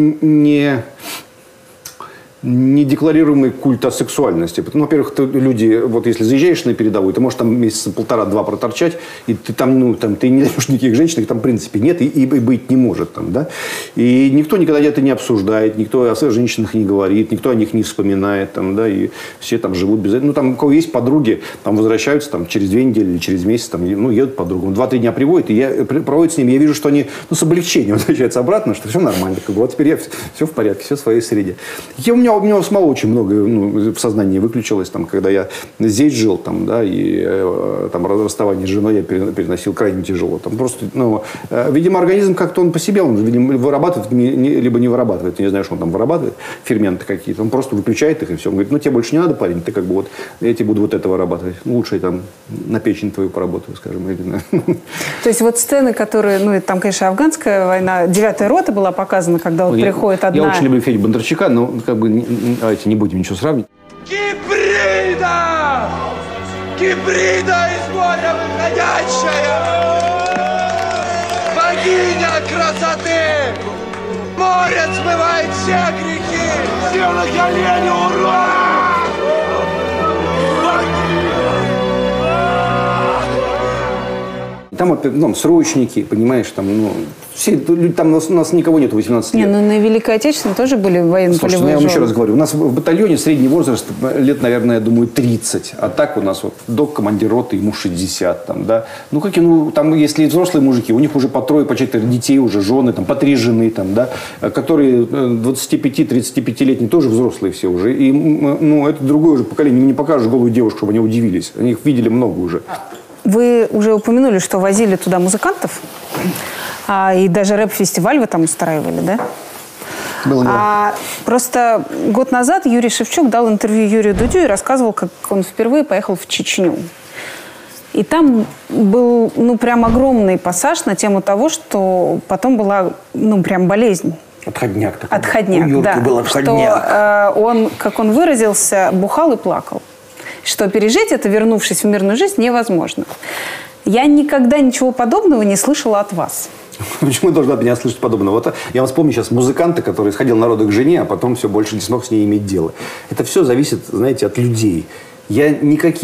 недекларируемый культ асексуальности. Во-первых, люди, вот если заезжаешь на передовую, ты можешь там месяца 1,5-2 проторчать, и ты там, ты не найдешь никаких женщин, их там в принципе нет, и быть не может там, да. И никто никогда это не обсуждает, никто о своих женщинах не говорит, никто о них не вспоминает, там, да, и все там живут без этого. Там у кого есть подруги, там возвращаются там через 2 недели или через месяц, там, едут к подругам, 2-3 дня приводят, и я проводят с ними, я вижу, что они, с облегчением возвращаются обратно, что все нормально, вот теперь все в порядке, все в своей среде. У меня самого очень много в сознании выключилось, там, когда я здесь жил, там, да, и там расставание с женой я переносил крайне тяжело. Там просто, видимо, организм как-то он по себе, он, видимо, вырабатывает, либо не вырабатывает. Ты не знаешь, он там вырабатывает ферменты какие-то. Он просто выключает их, и все. Он говорит, тебе больше не надо, парень, ты как бы я тебе буду вот это вырабатывать. Лучше я там на печень твою поработаю, скажем. То есть вот сцены, которые, там, конечно, афганская война, 9-я рота была показана, когда приходит одна... Я очень люблю Федю Бондарчука, но как бы давайте не будем ничего сравнивать. Гибрида! Гибрида из моря выходящая! Богиня красоты! Море смывает все грехи! Все на колени, ура! Там срочники, понимаешь, там, все, там у нас никого нет 18 лет. На Великой Отечественной тоже были военно-полевые я вам еще раз говорю, у нас в батальоне средний возраст лет, наверное, я думаю, 30. А так у нас док командир роты, ему 60. Там, да. Там, если взрослые мужики, у них уже по 3, по 4 детей, уже жены, там, по 3 жены, там, да, которые 25-35-летние, тоже взрослые все уже. И это другое уже поколение. Им не покажешь голую девушку, чтобы они удивились. Они их видели много уже. Вы уже упомянули, что возили туда музыкантов, и даже рэп-фестиваль вы там устраивали, да? Было дело. Просто год назад Юрий Шевчук дал интервью Юрию Дудю и рассказывал, как он впервые поехал в Чечню. И там был, прям огромный пассаж на тему того, что потом была, прям болезнь. Отходняк такой. Отходняк, да. Был отходняк. Что он, как он выразился, бухал и плакал. Что пережить это, вернувшись в мирную жизнь, невозможно. Я никогда ничего подобного не слышала от вас. Почему вы должны от меня слышать подобного? Вот я вам вспомню сейчас музыканта, который сходил на роды к жене, а потом все больше не смог с ней иметь дело. Это все зависит, знаете, от людей. Я никаких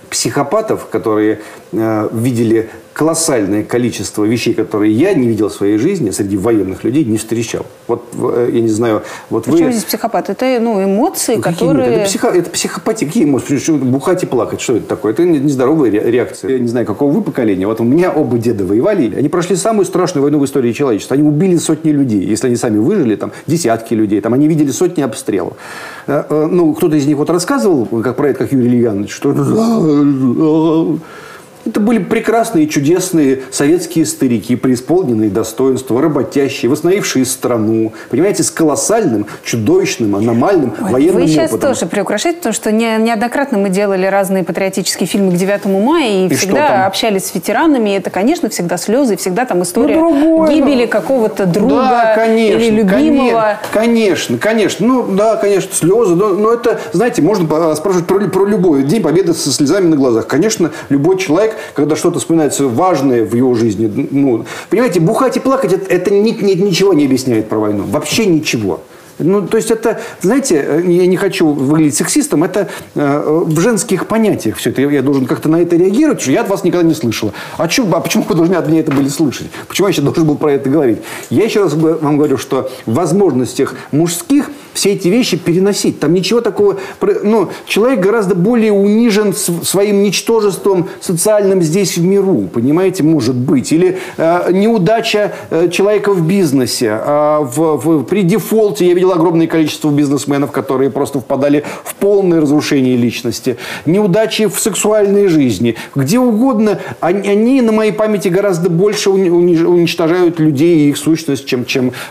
психопатов, которые видели колоссальное количество вещей, которые я не видел в своей жизни, среди военных людей не встречал. Вот, я не знаю, вот вы... Почему здесь психопат? Это, эмоции, которые... Это психопатия. Какие эмоции? Бухать и плакать. Что это такое? Это нездоровая реакция. Я не знаю, какого вы поколения. Вот у меня оба деда воевали. Они прошли самую страшную войну в истории человечества. Они убили сотни людей. Если они сами выжили, там, десятки людей. Там, они видели сотни обстрелов. Ну, кто-то из них вот рассказывал, про это, как Юрий Ильянович, что... Это были прекрасные, чудесные советские старики, преисполненные достоинства, работящие, восстановившие страну, понимаете, с колоссальным, чудовищным, аномальным военным опытом. Вы сейчас тоже приукрашаете, потому что неоднократно мы делали разные патриотические фильмы к 9 мая и всегда общались с ветеранами. И это, конечно, всегда слезы, всегда там история гибели какого-то друга, да, конечно, или любимого. Конечно. Ну, да, конечно, слезы. Но это, знаете, можно спрашивать про любой День Победы со слезами на глазах. Конечно, любой человек, когда что-то вспоминается важное в его жизни, ну, понимаете, бухать и плакать, это ничего не объясняет про войну. Вообще ничего. Ну, то есть это, знаете, я не хочу выглядеть сексистом, это в женских понятиях все это. Я должен как-то на это реагировать, что я от вас никогда не слышала. А почему вы должны от меня это были слышать? Почему я еще должен был про это говорить? Я еще раз вам говорю, что в возможностях мужских все эти вещи переносить. Там ничего такого... Ну, человек гораздо более унижен своим ничтожеством социальным здесь в миру. Понимаете, может быть. Или неудача человека в бизнесе. При дефолте я видел огромное количество бизнесменов, которые просто впадали в полное разрушение личности. Неудачи в сексуальной жизни. Где угодно. Они на моей памяти гораздо больше уничтожают людей и их сущность, чем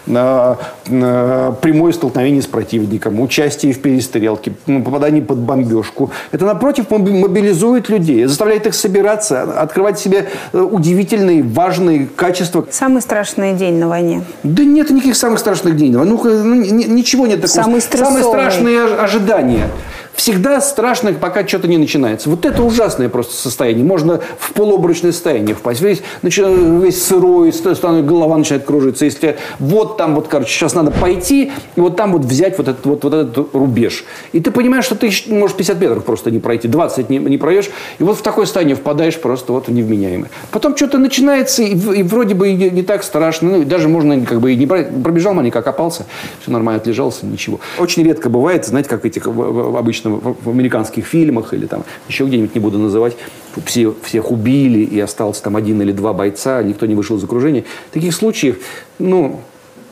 прямое столкновение с противником, участие в перестрелке, попадание под бомбежку. Это, напротив, мобилизует людей, заставляет их собираться, открывать в себе удивительные, важные качества. Самый страшный день на войне? Да нет никаких самых страшных дней. Ничего нет такого. Самый стрессовый. Самые страшные ожидания. Всегда страшно, пока что-то не начинается. Вот это ужасное просто состояние. Можно в полуобморочное состояние впасть. Весь сырой, голова начинает кружиться. Если вот там, вот, короче, сейчас надо пойти, и вот там вот взять вот этот рубеж. И ты понимаешь, что ты можешь 50 метров просто не пройти, 20 не пройдешь. И вот в такое состояние впадаешь просто вот в невменяемое. Потом что-то начинается, и вроде бы не так страшно. Ну, и даже можно как бы и не пробежал маленько, окопался. Все нормально, отлежался, ничего. Очень редко бывает, знаете, как этих обычно в американских фильмах или там еще где-нибудь, не буду называть, всех убили и остался там 1 или 2 бойца, никто не вышел из окружения. Таких случаев, ну,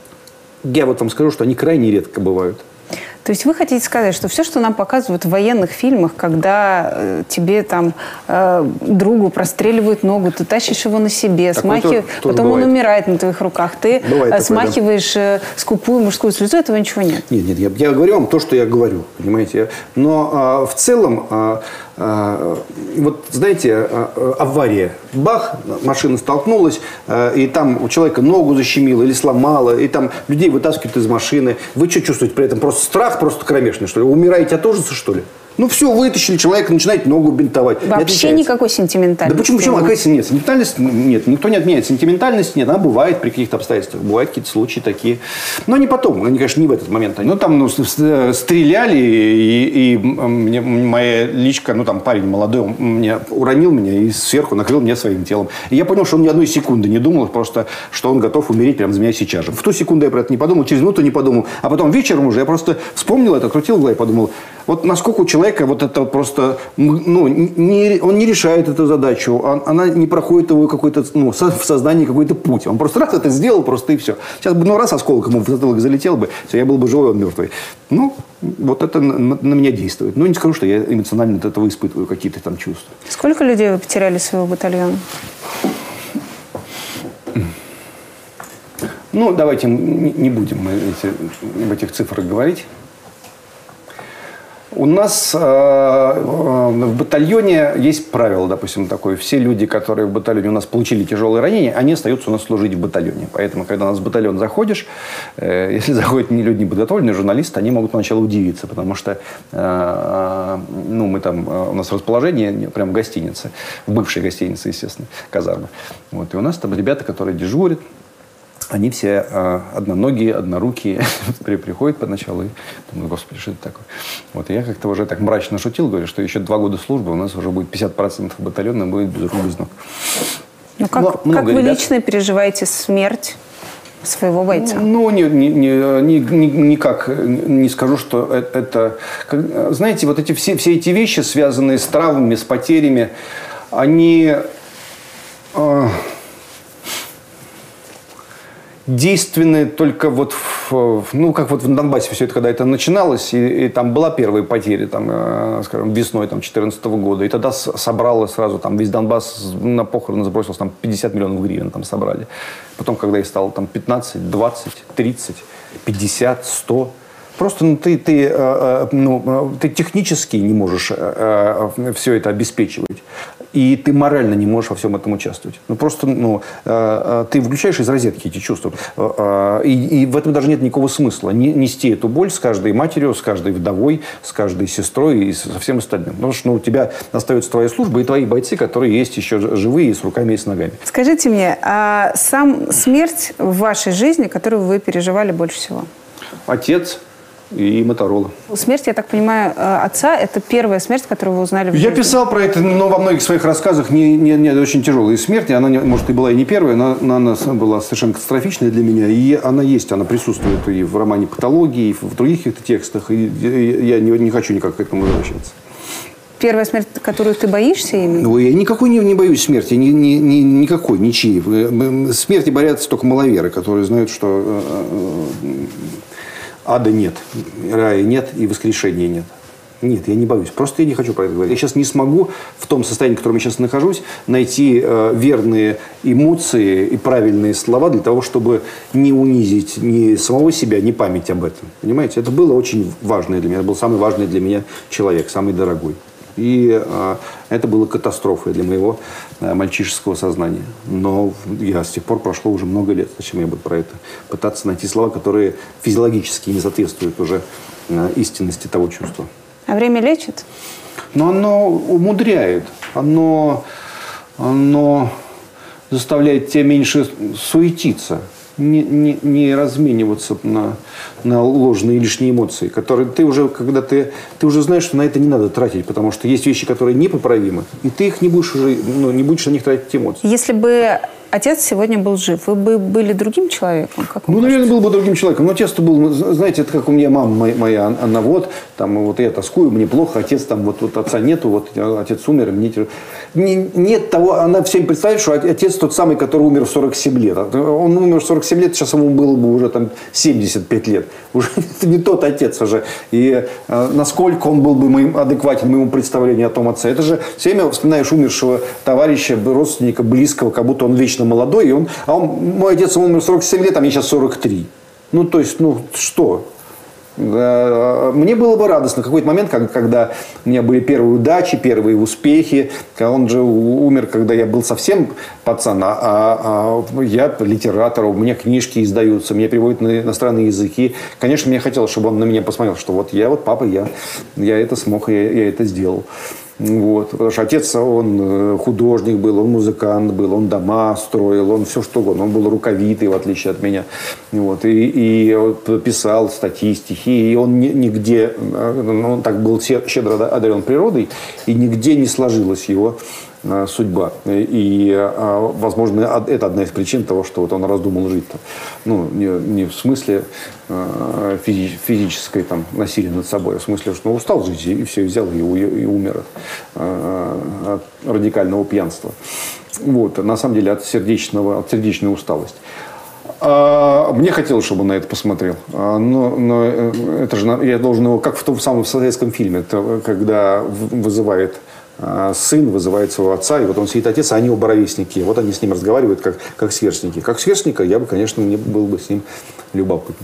я вот вам скажу, что они крайне редко бывают. То есть вы хотите сказать, что все, что нам показывают в военных фильмах, когда тебе там другу простреливают ногу, ты тащишь его на себе, потом он умирает на твоих руках, ты смахиваешь скупую мужскую слезу, этого ничего нет? Нет, я говорю вам то, что я говорю, понимаете. Но в целом, вот знаете, авария, бах, машина столкнулась, и там у человека ногу защемило или сломало, и там людей вытаскивают из машины. Вы что чувствуете при этом? Просто страх просто кромешный, что ли? Умираете от ужаса, что ли? Ну, все, вытащили человека, начинаете ногу бинтовать. Вообще никакой сентиментальности. Да почему? Какая нет? Сентиментальность нет. Никто не отменяет. Сентиментальность нет. Она бывает при каких-то обстоятельствах. Бывают какие-то случаи такие. Но не потом. Они, конечно, не в этот момент. Ну, там стреляли, и моя личка, ну, там парень молодой, он уронил меня и сверху накрыл меня своим телом. И я понял, что он ни одной секунды не думал, просто, что он готов умереть прямо за меня сейчас же. В ту секунду я про это не подумал, через минуту не подумал. А потом вечером уже я просто вспомнил это, крутил в голове и подумал, вот насколько у человека вот это просто, ну, он не решает эту задачу, она не проходит его какой-то, ну, в сознании какой-то путь. Он просто раз это сделал, просто и все. Сейчас бы, ну, раз осколок ему в затылок залетел бы, все, я был бы живой, он мертвый. Ну, вот это на меня действует. Ну, не скажу, что я эмоционально от этого испытываю какие-то там чувства. Сколько людей вы потеряли своего батальона? Ну, давайте не будем об этих цифрах говорить. У нас в батальоне есть правило, допустим, такое. Все люди, которые в батальоне у нас получили тяжелые ранения, они остаются у нас служить в батальоне. Поэтому, когда у нас в батальон заходишь, если заходят люди неподготовленные, журналисты, они могут поначалу удивиться, потому что ну, мы там, у нас расположение прямо в гостинице, в бывшей гостинице, естественно, казармы. Вот, и у нас там ребята, которые дежурят, Они все одноногие, однорукие. Приходят поначалу и думаю, господи, что это такое? Вот, и я как-то уже так мрачно шутил, говорю, что еще 2 года службы, у нас уже будет 50% батальона будет без рук, без ног. Ну, как вы лично переживаете смерть своего бойца? Ну, никак не скажу, что это... Знаете, вот все эти вещи, связанные с травмами, с потерями, они... действенны только вот как вот в Донбассе все это, когда это начиналось, и там была первая потеря, там, скажем, весной 2014 года, и тогда собрало сразу, там, весь Донбасс на похороны сбросился, там, 50 миллионов гривен там собрали. Потом, когда их стало там 15, 20, 30, 50, 100, просто ты технически не можешь все это обеспечивать. И ты морально не можешь во всем этом участвовать. Ты выключаешь из розетки эти чувства. И в этом даже нет никакого смысла. Нести эту боль с каждой матерью, с каждой вдовой, с каждой сестрой и со всем остальным. Потому что у тебя остается твоя служба и твои бойцы, которые есть еще живые, и с руками, и с ногами. Скажите мне, а сам смерть в вашей жизни, которую вы переживали больше всего? Отец и Моторола. Смерть, я так понимаю, отца – это первая смерть, которую вы узнали в жизни? Я писал про это, но во многих своих рассказах не очень тяжелая смерть. Она, может, и была и не первая, но она была совершенно катастрофичная для меня. И она есть, она присутствует и в романе «Патологии», и в других каких-то текстах. И я не хочу никак к этому возвращаться. Первая смерть, которую ты боишься именно? Я никакой не боюсь смерти. Никакой, ничьей. Смерти боятся только маловеры, которые знают, что... ада нет, рая нет и воскрешения нет. Нет, я не боюсь. Просто я не хочу про это говорить. Я сейчас не смогу в том состоянии, в котором я сейчас нахожусь, найти верные эмоции и правильные слова для того, чтобы не унизить ни самого себя, ни память об этом. Понимаете? Это было очень важное для меня. Это был самый важный для меня человек, самый дорогой. И это было катастрофой для моего мальчишеского сознания. Но с тех пор прошло уже много лет. Зачем я буду про это пытаться найти слова, которые физиологически не соответствуют уже истинности того чувства. А время лечит? Но оно умудряет. Оно заставляет тебя меньше суетиться. Не размениваться на ложные лишние эмоции, которые ты уже, когда ты уже знаешь, что на это не надо тратить, потому что есть вещи, которые непоправимы, и ты их не будешь на них тратить эмоции. Если бы отец сегодня был жив, вы бы были другим человеком? Наверное, был бы другим человеком. Но отец-то был, знаете, это как у меня мама моя, она вот я тоскую, мне плохо, отец там, вот отца нету, вот отец умер, нет того, она всем представляет, что отец тот самый, который умер в 47 лет. Он умер в 47 лет, сейчас ему было бы уже там 75 лет. Уже это не тот отец уже. И насколько он был бы адекватен моему представлению о том отце. Это же все время вспоминаешь умершего товарища, родственника, близкого, как будто он вечно молодой. Мой отец умер в 47 лет, а мне сейчас 43. Что? Мне было бы радостно. В какой-то момент, когда у меня были первые удачи, первые успехи. Он же умер, когда я был совсем пацан. А я литератор, у меня книжки издаются, меня переводят на иностранные языки. Конечно, мне хотелось, чтобы он на меня посмотрел, что вот я папа, я это смог, я это сделал. Потому что отец, он художник был, он музыкант был, он дома строил, он все что угодно. Он был руковитый, в отличие от меня. И писал статьи, стихи. И он нигде, он так был щедро одарен природой, и нигде не сложилась его судьба. И, возможно, это одна из причин того, что он раздумал жить-то. Не в смысле физической насилия над собой, а в смысле, что устал жить, и все, и взял и умер от радикального пьянства. На самом деле, от сердечной усталости. Мне хотелось, чтобы он на это посмотрел. Но это же я должен его, как в том самом советском фильме, когда вызывает сын, вызывает своего отца, и вот он сидит отец, а они оба ровесники. Вот они с ним разговаривают, как сверстники. Как сверстника я бы, конечно, мне был бы с ним любопытен.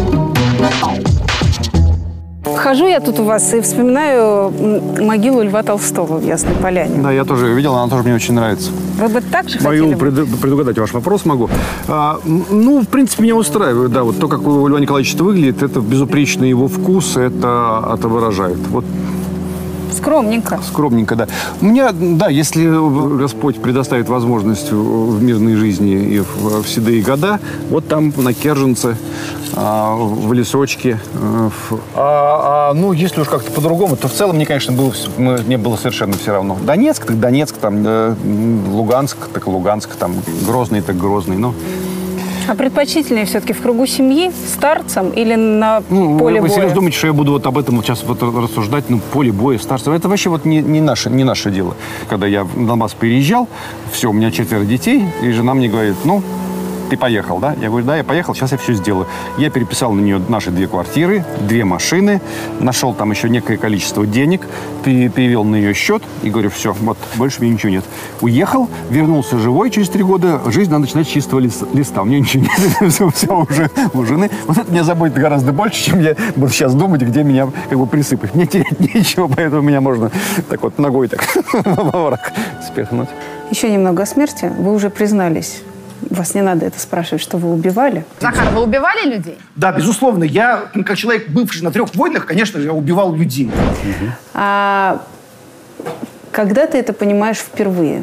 Хожу я тут у вас и вспоминаю могилу Льва Толстого в Ясной Поляне. Да, я тоже видел, она тоже мне очень нравится. Вы бы так же хотели? Могу предугадать ваш вопрос могу. В принципе, меня устраивает. Да, вот то, как у Льва Николаевича выглядит, это безупречный его вкус, это выражает. Скромненько. Скромненько, да. У меня, да, если Господь предоставит возможность в мирной жизни и в седые года, вот там на Керженце, в лесочке. Ну, если уж как-то по-другому, то в целом мне, конечно, мне было совершенно все равно. Донецк, так Донецк, там, Луганск, так Луганск, там, Грозный, так Грозный, ну. А предпочтительнее все-таки в кругу семьи, старцем или на поле боя? Вы серьезно думаете, что я буду вот об этом сейчас вот рассуждать? Ну, поле боя, старцем. Это вообще вот не наше дело. Когда я в Донбасс переезжал, все, у меня 4 детей, и жена мне говорит, ну, ты поехал, да? Я говорю, да, я поехал, сейчас я все сделаю. Я переписал на нее наши 2 квартиры, 2 машины, нашел там еще некое количество денег, перевел на ее счет и говорю, все, вот, больше мне ничего нет. Уехал, вернулся живой через 3 года, жизнь надо начинать с чистого листа. У меня ничего нет, все уже у жены. Вот это меня заботит гораздо больше, чем я буду сейчас думать, где меня как бы присыпать. Мне терять нечего, поэтому меня можно так вот ногой так во враг спихнуть. Еще немного о смерти. Вы уже признались. Вас не надо это спрашивать, что вы убивали. Захар, вы убивали людей? Да, безусловно. Я, как человек, бывший на 3 войнах, конечно же, я убивал людей. А когда ты это понимаешь впервые?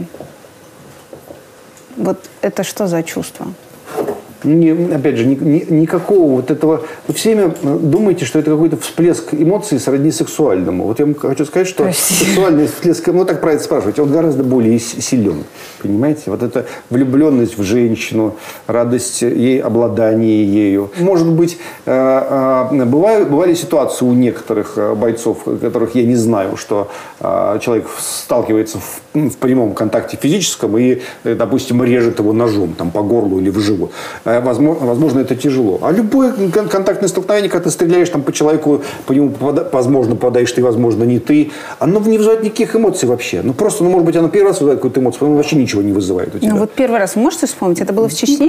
Вот это что за чувство? Опять же, никакого вот этого... Вы все время думаете, что это какой-то всплеск эмоций сродни сексуальному. Вот я вам хочу сказать, что сексуальный всплеск, ну так правильно спрашиваете, он гораздо более силен. Понимаете? Вот эта влюбленность в женщину, радость ей, обладание ею. Может быть, бывали ситуации у некоторых бойцов, которых я не знаю, что человек сталкивается в прямом контакте физическом и, допустим, режет его ножом там, по горлу или в живот. Возможно, это тяжело. А любое контактное столкновение, когда ты стреляешь там, по человеку, по нему, возможно, попадаешь ты, возможно, не ты, оно не вызывает никаких эмоций вообще. Ну, просто, может быть, оно первый раз вызывает какую-то эмоцию, потом вообще ничего не вызывает у тебя. Ну, вот первый раз вы можете вспомнить? Это было в Чечне?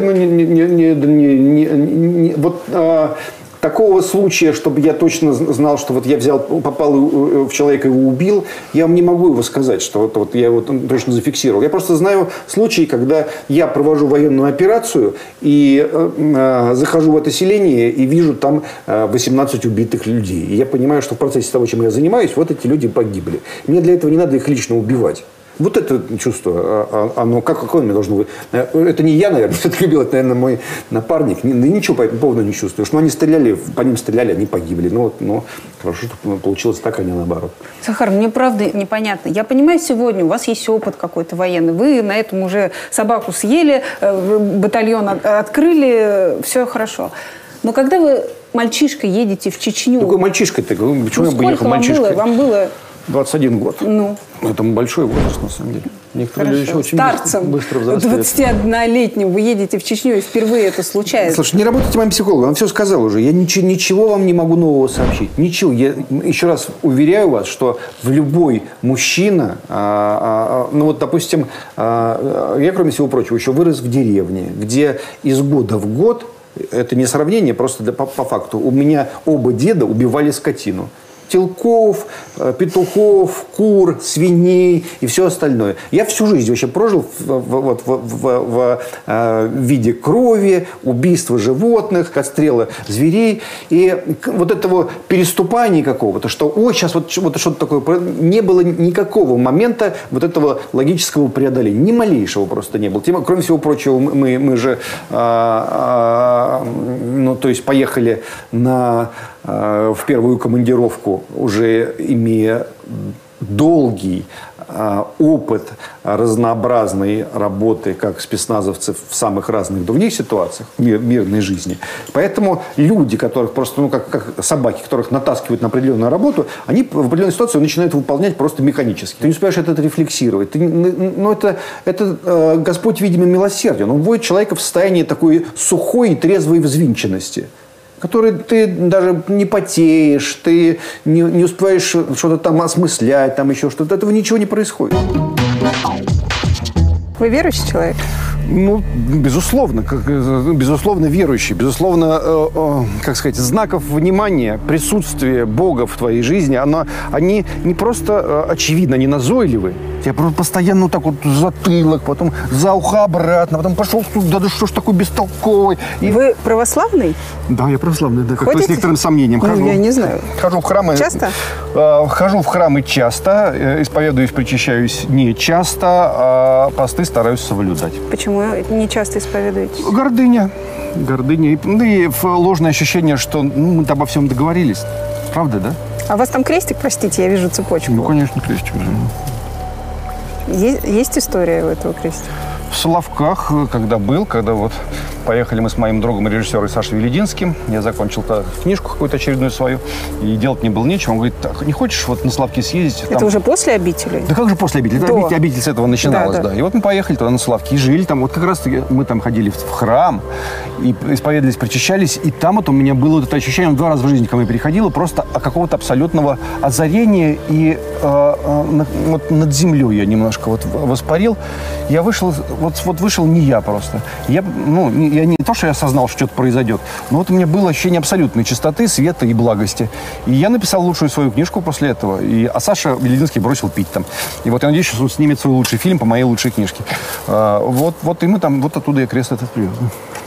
Нет, вот... Такого случая, чтобы я точно знал, что вот я попал в человека и его убил, я вам не могу его сказать, что вот я его точно зафиксировал. Я просто знаю случаи, когда я провожу военную операцию и захожу в это селение и вижу там 18 убитых людей. И я понимаю, что в процессе того, чем я занимаюсь, вот эти люди погибли. Мне для этого не надо их лично убивать. Вот это чувство, оно какое у меня должно быть? Это не я, наверное, все-таки убил, это, наверное, мой напарник. Ничего по этому поводу не чувствую. Что они стреляли, по ним стреляли, они погибли. Но хорошо, что получилось так, а не наоборот. Захар, мне правда непонятно. Я понимаю, сегодня у вас есть опыт какой-то военный. Вы на этом уже собаку съели, батальон открыли, все хорошо. Но когда вы, мальчишкой, едете в Чечню... Какой мальчишкой-то? Почему я поехал мальчишкой? Вам было... 21 год. Ну. Это большой возраст, на самом деле. Некоторые люди очень быстро взрослеют. 21-летним вы едете в Чечню, и впервые это случается. Слушай, не работайте моим психологом, он все сказал уже. Я ничего вам не могу нового сообщить. Ничего. Я еще раз уверяю вас, что в любой мужчина, ну вот, допустим, я, кроме всего прочего, еще вырос в деревне, где из года в год, это не сравнение, просто по факту, у меня оба деда убивали скотину. Телков, петухов, кур, свиней и все остальное. Я всю жизнь вообще прожил в виде крови, убийства животных, отстрела зверей. И вот этого переступания какого-то, что ой, сейчас вот что-то такое, не было никакого момента вот этого логического преодоления. Ни малейшего просто не было. Кроме всего прочего, мы же ну, то есть поехали в первую командировку, уже имея долгий опыт разнообразной работы как спецназовцев в самых разных других ситуациях мирной жизни. Поэтому люди, которых просто, ну, как собаки, которых натаскивают на определенную работу, они в определенной ситуации начинают выполнять просто механически. Ты не успеваешь это рефлексировать. Это Господь, видимо, милосерден. Он вводит человека в состояние такой сухой и трезвой взвинченности, который ты даже не потеешь, ты не успеваешь что-то там осмыслять, там еще что-то. Этого ничего не происходит. Вы верующий человек? Ну, безусловно верующий. Безусловно, как сказать, знаков внимания, присутствия Бога в твоей жизни, они не просто очевидно, они назойливы. Я просто постоянно вот так вот затылок, потом за ухо обратно, потом пошел туда, да что ж такой бестолковый. И... Вы православный? Да, я православный, да, как-то с Ходите? некоторым сомнением хожу. Ну, я не знаю. Хожу в храмы. Часто? Хожу в храмы часто, исповедуюсь, причащаюсь не часто, а посты стараюсь соблюдать. Почему не часто исповедуетесь? Гордыня. Гордыня. И ложное ощущение, что мы обо всем договорились. Правда, да? А у вас там крестик, простите, я вижу цепочку. Ну, конечно, крестик. Есть история у этого крестика? В Соловках, когда вот поехали мы с моим другом режиссером Сашей Велединским, я закончил книжку какую-то очередную свою, и делать мне было нечего. Он говорит, не хочешь вот на Соловки съездить? Это уже после обители? Да как же после обители? Обитель с этого начиналась, да. И вот мы поехали туда на Соловки, жили там. Вот как раз мы там ходили в храм, и исповедовались, причащались, и там вот у меня было вот это ощущение, 2 раза в жизни ко мне приходило, просто какого-то абсолютного озарения, и вот над землей я немножко вот воспарил. Я вышел, вот вышел не я просто. Я не то, что я осознал, что что-то произойдет, но вот у меня было ощущение абсолютной чистоты, света и благости. И я написал лучшую свою книжку после этого, а Саша Велединский бросил пить там. И вот я надеюсь, что он снимет свой лучший фильм по моей лучшей книжке. Вот и мы там, вот оттуда я крест этот привез.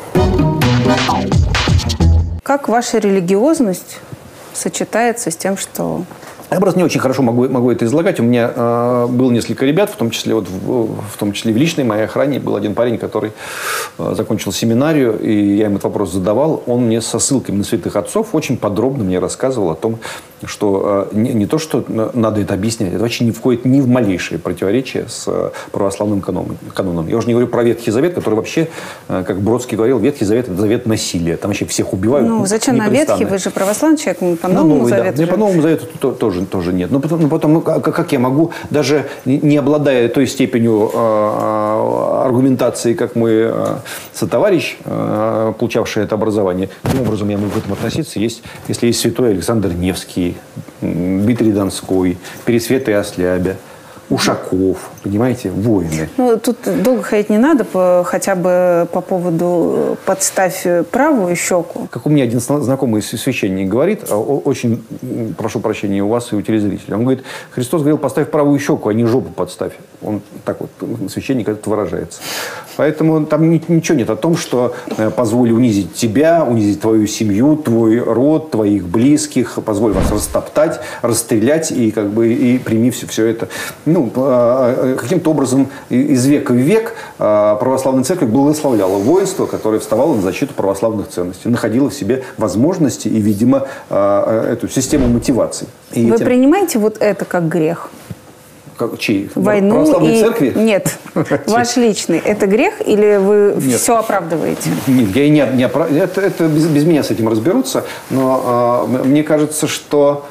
Как ваша религиозность сочетается с тем, что... Я просто не очень хорошо могу это излагать. У меня было несколько ребят, в том числе в личной моей охране был один парень, который закончил семинарию, и я ему этот вопрос задавал. Он мне со ссылками на святых отцов очень подробно мне рассказывал о том, что не то, что надо это объяснять, это вообще не входит ни в малейшее противоречие с православным каноном. Я уже не говорю про Ветхий Завет, который вообще, как Бродский говорил, Ветхий Завет – это завет насилия. Там вообще всех убивают. Ну, зачем на Ветхий? Вы же православный человек, по Новому Завету. Да. По Новому Завету тоже нет. Но потом как я могу, даже не обладая той степенью аргументации, как мой сотоварищ, получавший это образование, каким образом я могу к этому относиться, если есть святой Александр Невский, Дмитрий Донской, Пересвет и Ослябя, Ушаков, понимаете, воины. Ну, тут долго ходить не надо, хотя бы по поводу «подставь правую щеку». Как у меня один знакомый священник говорит, очень прошу прощения у вас и у телезрителей, он говорит, Христос говорил, поставь правую щеку, а не жопу подставь. Он так вот, священник этот выражается. Поэтому там ничего нет о том, что позволь унизить тебя, унизить твою семью, твой род, твоих близких, позволь вас растоптать, расстрелять и прими все это. Каким-то образом из века в век православная церковь благословляла воинство, которое вставало на защиту православных ценностей, находило в себе возможности и, видимо, эту систему мотиваций. Вы принимаете вот это как грех? Чей? Войну православной церкви? Нет, ваш личный. Это грех или вы все оправдываете? Нет, я не оправдываю. Это без меня с этим разберутся. Но мне кажется, что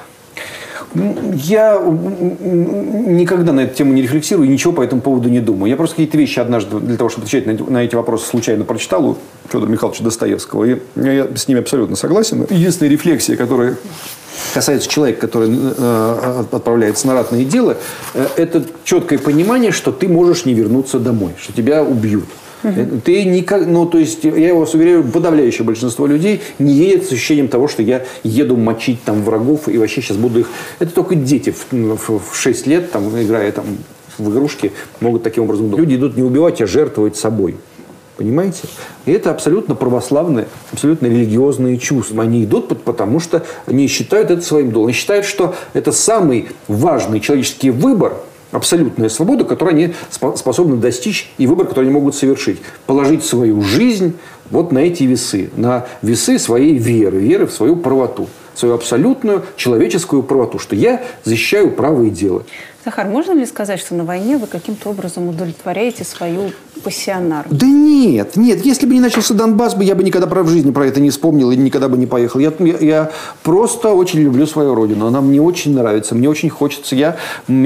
я никогда на эту тему не рефлексирую и ничего по этому поводу не думаю. Я просто какие-то вещи однажды, для того, чтобы отвечать на эти вопросы, случайно прочитал у Федора Михайловича Достоевского. И я с ними абсолютно согласен. Единственная рефлексия, которая касается человека, который отправляется на ратное дело, это четкое понимание, что ты можешь не вернуться домой, что тебя убьют. Ты никак, я вас уверяю, подавляющее большинство людей не едет с ощущением того, что я еду мочить там врагов и вообще сейчас буду их... Это только дети в 6 лет, играя в игрушки, могут таким образом думать. Люди идут не убивать, а жертвовать собой. Понимаете? И это абсолютно православные, абсолютно религиозные чувства. Они идут, потому что они считают это своим долгом. Они считают, что это самый важный человеческий выбор, абсолютная свобода, которую они способны достичь, и выбор, который они могут совершить. Положить свою жизнь вот на эти весы. На весы своей веры в свою правоту. Свою абсолютную человеческую правоту. Что я защищаю право и дело. Захар, можно ли сказать, что на войне вы каким-то образом удовлетворяете свою пассионарность? Да нет. Если бы не начался Донбасс, я бы никогда в жизни про это не вспомнил и никогда бы не поехал. Я просто очень люблю свою родину. Она мне очень нравится. Мне очень хочется.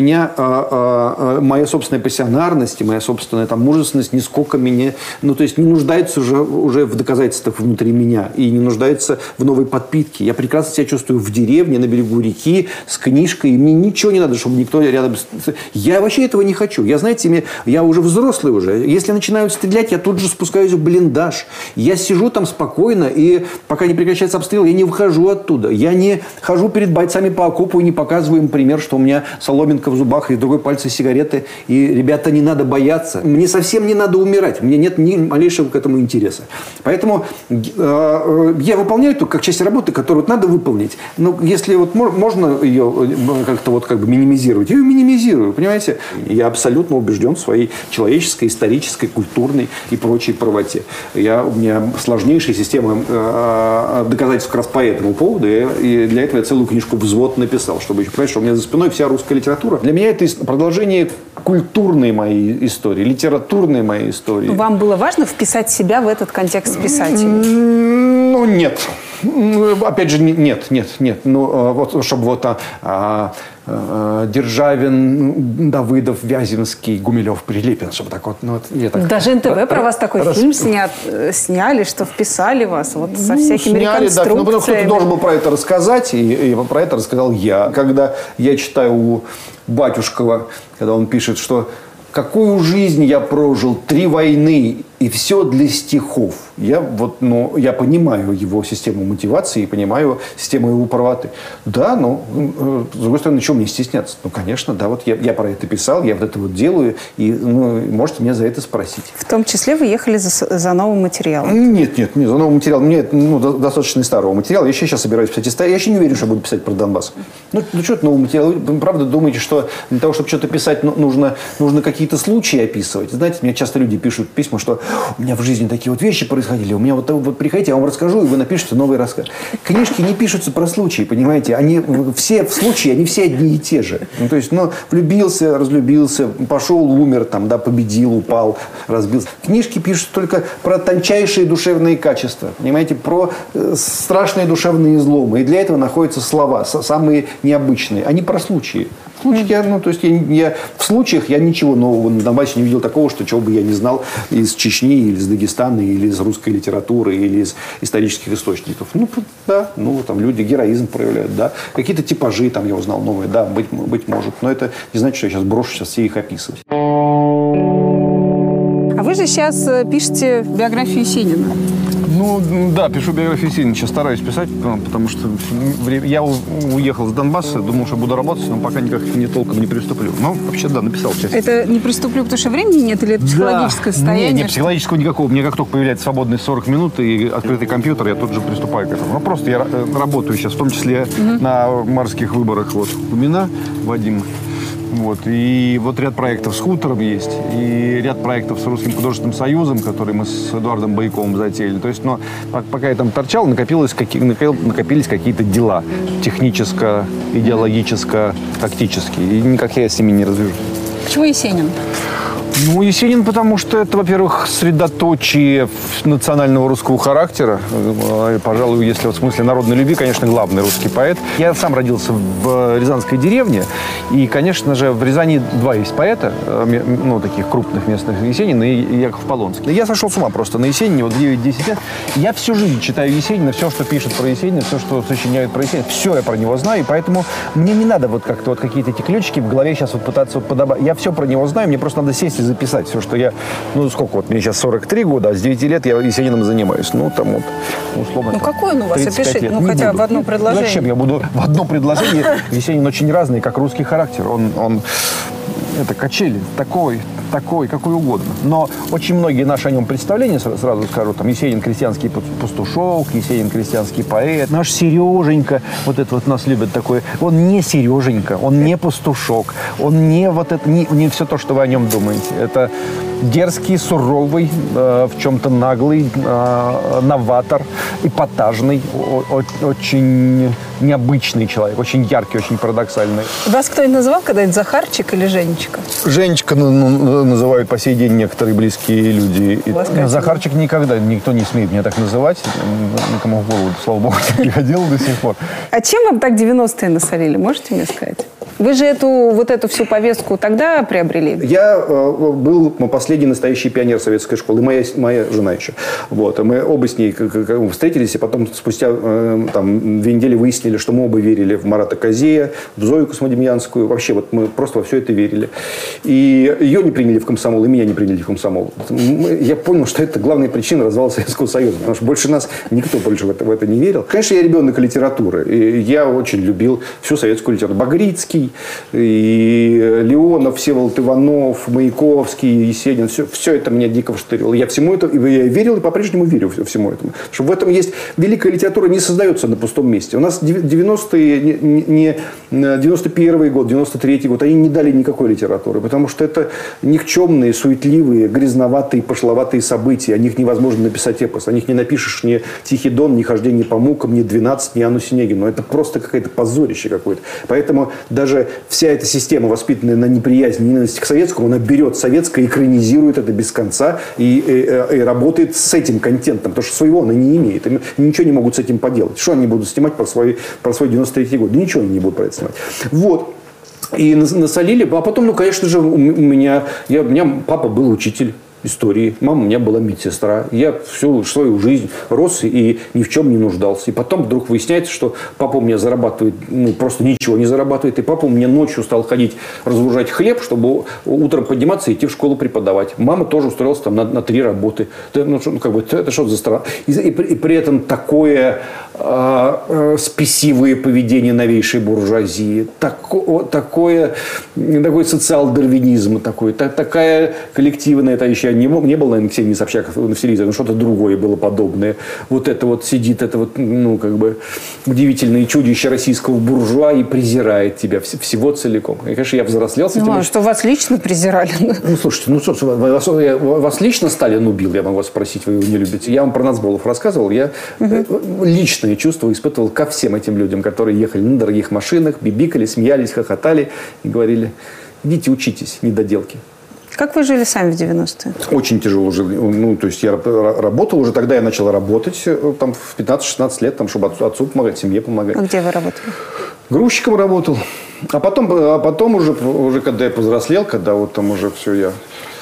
Моя собственная пассионарность и моя собственная мужественность нисколько меня... не нуждается уже в доказательствах внутри меня. И не нуждается в новой подпитке. Я прекрасно себя чувствую в деревне, на берегу реки, с книжкой. И мне ничего не надо, чтобы никто рядом... Я вообще этого не хочу. Я уже взрослый уже. Если Если начинают стрелять, я тут же спускаюсь в блиндаж. Я сижу там спокойно, и пока не прекращается обстрел, я не выхожу оттуда. Я не хожу перед бойцами по окопу и не показываю им пример, что у меня соломинка в зубах и в другой пальце сигареты. И, ребята, не надо бояться. Мне совсем не надо умирать. Мне нет ни малейшего к этому интереса. Поэтому я выполняю это как часть работы, которую надо выполнить. Но если вот можно ее как-то вот как бы минимизировать, я ее минимизирую, понимаете? Я абсолютно убежден в своей человеческой, исторической, культурной и прочей правоте. У меня сложнейшая система доказательств как раз по этому поводу. И для этого я целую книжку «Взвод» написал, чтобы еще понять, что у меня за спиной вся русская литература. Для меня это продолжение культурной моей истории, литературной моей истории. Вам было важно вписать себя в этот контекст писателей? Ну, нет. Опять же, нет. Ну, вот, чтобы вот Державин, Давыдов, Вяземский, Гумилев, Прилепин, чтобы так вот. Ну, вот так даже НТВ про вас такой фильм сняли, что вписали вас вот со всякими реконструкциями. Да, ну, потому что кто-то должен был про это рассказать, и про это рассказал я. Когда я читаю у Батюшкова, когда он пишет, что какую жизнь я прожил, 3 войны, и все для стихов. Я понимаю его систему мотивации, понимаю систему его правоты. Да, но с другой стороны, чего мне стесняться? Ну, конечно, да, вот я про это писал, я вот это вот делаю, и можете меня за это спросить. В том числе вы ехали за новым материалом? Нет, за новым материалом. Мне достаточно старого материала. Я сейчас собираюсь писать историю. Я еще не уверен, что буду писать про Донбасс. Ну что это новый материал? Вы правда думаете, что для того, чтобы что-то писать, нужно какие-то случаи описывать? Знаете, мне часто люди пишут письма, что у меня в жизни такие вот вещи происходили, у меня вот приходите, я вам расскажу, и вы напишете новый рассказ. Книжки не пишутся про случаи, понимаете? Они все случаи, они все одни и те же. Ну, то есть, влюбился, разлюбился, пошел, умер, победил, упал, разбился. Книжки пишутся только про тончайшие душевные качества, понимаете? Про страшные душевные изломы. И для этого находятся слова, самые необычные. Они про случаи. В случаях я ничего нового на Донбассе не видел такого, чего бы я не знал из Чечни, или из Дагестана, или из русской литературы, или из исторических источников. Люди героизм проявляют, да. Какие-то типажи я узнал новые, да, быть может. Но это не значит, что я сейчас брошу все их описывать. А вы же сейчас пишете биографию Есенина. Да, пишу биографию Есенина. Сейчас стараюсь писать, потому что я уехал с Донбасса, думал, что буду работать, но пока никак толком не приступлю. Но вообще, да, написал часть. Это не приступлю, потому что времени нет, или это психологическое состояние? Нет, психологического никакого. Мне как только появляется свободные 40 минут и открытый компьютер, я тут же приступаю к этому. Просто я работаю сейчас, в том числе на морских выборах Кумина Вадима. И ряд проектов с «Хутором» есть, и ряд проектов с Русским художественным союзом, который мы с Эдуардом Баяковым затеяли. То есть, пока я там торчал, накопились какие-то дела техническо, идеологическо, тактические. И никак я с ними не развяжусь. Почему Есенин? Есенин, потому что это, во-первых, средоточие национального русского характера. Пожалуй, если в смысле народной любви, конечно, главный русский поэт. Я сам родился в рязанской деревне. И, конечно же, в Рязани 2 есть поэта, таких крупных местных, Есенин и Яков Полонский. Я сошел с ума просто на Есенине, 9-10 лет. Я всю жизнь читаю Есенина, все, что пишет про Есенина, все, что сочиняют про Есенина, все я про него знаю. И поэтому мне не надо как-то какие-то эти ключики в голове сейчас пытаться подобрать. Я все про него знаю, мне просто надо сесть и записать все, что я... мне сейчас 43 года, а с 9 лет я Есениным занимаюсь. Условно. Какой он у вас? Опишите, хотя бы в одно предложение. Зачем я буду в одно предложение? Есенин очень разный, как русский характер. Он это качели, такой, какой угодно. Но очень многие наши о нем представления, сразу скажу, Есенин крестьянский пастушок, Есенин крестьянский поэт, наш Сереженька, нас любят такое. Он не Сереженька, он не пастушок, он не все то, что вы о нем думаете. Это дерзкий, суровый, в чем-то наглый, новатор, эпатажный, очень необычный человек, очень яркий, очень парадоксальный. Вас кто-нибудь называл когда-нибудь Захарчик или Женечка? Женечка называют по сей день некоторые близкие люди. Захарчик никогда, никто не смеет меня так называть. Никому в голову, слава богу, не приходило до сих пор. А чем вам так 90-е насолили, можете мне сказать? Вы же вот эту всю повестку тогда приобрели? Я был последний настоящий пионер советской школы, и моя жена еще. Вот. Мы оба с ней встретились, и потом спустя 2 недели выяснили, что мы оба верили в Марата Козея, в Зою Космодемьянскую. Вообще вот мы просто во все это верили. И ее не приняли в комсомол, и меня не приняли в комсомол. Я понял, что это главная причина развала Советского Союза, потому что больше нас никто больше в это не верил. Конечно, я ребенок литературы, и я очень любил всю советскую литературу. Багрицкий, и Леонов, Всеволод Иванов, Маяковский, Есенин. Все это меня дико вштырило. Я всему этому я верил и по-прежнему верю всему этому. Что в этом есть великая литература, не создается на пустом месте. У нас 90-е, не 91-й год, 93-й год, они не дали никакой литературы, потому что это никчемные, суетливые, грязноватые, пошловатые события. О них невозможно написать эпос. О них не напишешь ни «Тихий дон», ни «Хождение по мукам», ни «12», ни «Анну Синегину». Это просто какое-то позорище какое-то. Поэтому даже вся эта система, воспитанная на неприязни, ненависти к советскому, она берет советское, экранизирует это без конца и работает с этим контентом, потому что своего она не имеет. Они ничего не могут с этим поделать. Что они будут снимать про свой 93-й год? Да ничего они не будут про это снимать. Вот. И насолили. А потом, конечно же, у меня папа был учитель истории. Мама у меня была медсестра. Я всю свою жизнь рос и ни в чем не нуждался. И потом вдруг выясняется, что папа у меня зарабатывает, просто ничего не зарабатывает. И папа у меня ночью стал ходить разгружать хлеб, чтобы утром подниматься и идти в школу преподавать. Мама тоже устроилась там на 3 работы. Это что за страна? И при этом такое спесивое поведение новейшей буржуазии. Такой социал-дарвинизм. Такая коллективная, это еще не был, наверное, Ксения Собчак на телевизоре, но что-то другое было подобное. Вот это вот сидит, это вот, удивительное чудище российского буржуа и презирает тебя всего целиком. И, конечно, я взрослел с этим. Что вас лично презирали? Слушайте, вас лично Сталин убил, я могу вас спросить, вы его не любите. Я вам про нацболов рассказывал, я личные чувства испытывал ко всем этим людям, которые ехали на дорогих машинах, бибикали, смеялись, хохотали и говорили: идите учитесь, недоделки. Как вы жили сами в 90-е? Очень тяжело жили. То есть я работал уже тогда, я начал работать там, в 15-16 лет, там, чтобы отцу помогать, семье помогать. А где вы работали? Грузчиком работал. А потом уже когда я повзрослел, когда вот там уже все, я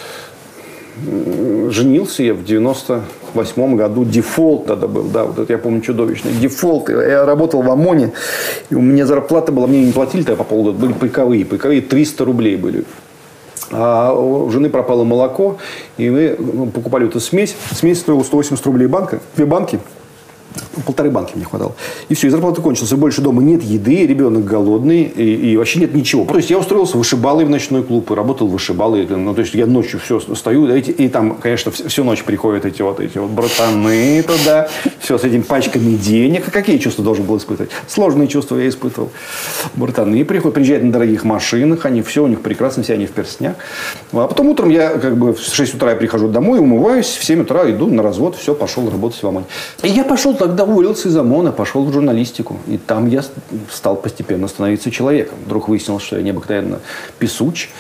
женился, я в 98 году, дефолт тогда был, да, вот это я помню чудовищный, дефолт. Я работал в ОМОНе, и у меня зарплата была, мне не платили тогда по полгода, были пайковые 300 рублей были. А у жены пропало молоко, и мы покупали эту смесь. Смесь стоила 180 рублей банка, 2 банки. 1,5 банки мне хватало. И все, и зарплата кончилась. И больше дома нет еды, ребенок голодный, и вообще нет ничего. То есть я устроился вышибалой в ночной клуб и работал вышибалой. То есть я ночью все стою, и там, конечно, всю ночь приходят эти вот братаны туда, все с этими пачками денег. Какие чувства должен был испытывать? Сложные чувства я испытывал. Братаны приезжают на дорогих машинах, они все, у них прекрасно, все они в перстнях. А потом утром я в 6 утра я прихожу домой, умываюсь, в 7 утра иду на развод, все, пошел работать в ОМОНе. И я пошел тогда, уволился из ОМОНа, пошел в журналистику. И там я стал постепенно становиться человеком. Вдруг выяснилось, что я необыкновенно песуч,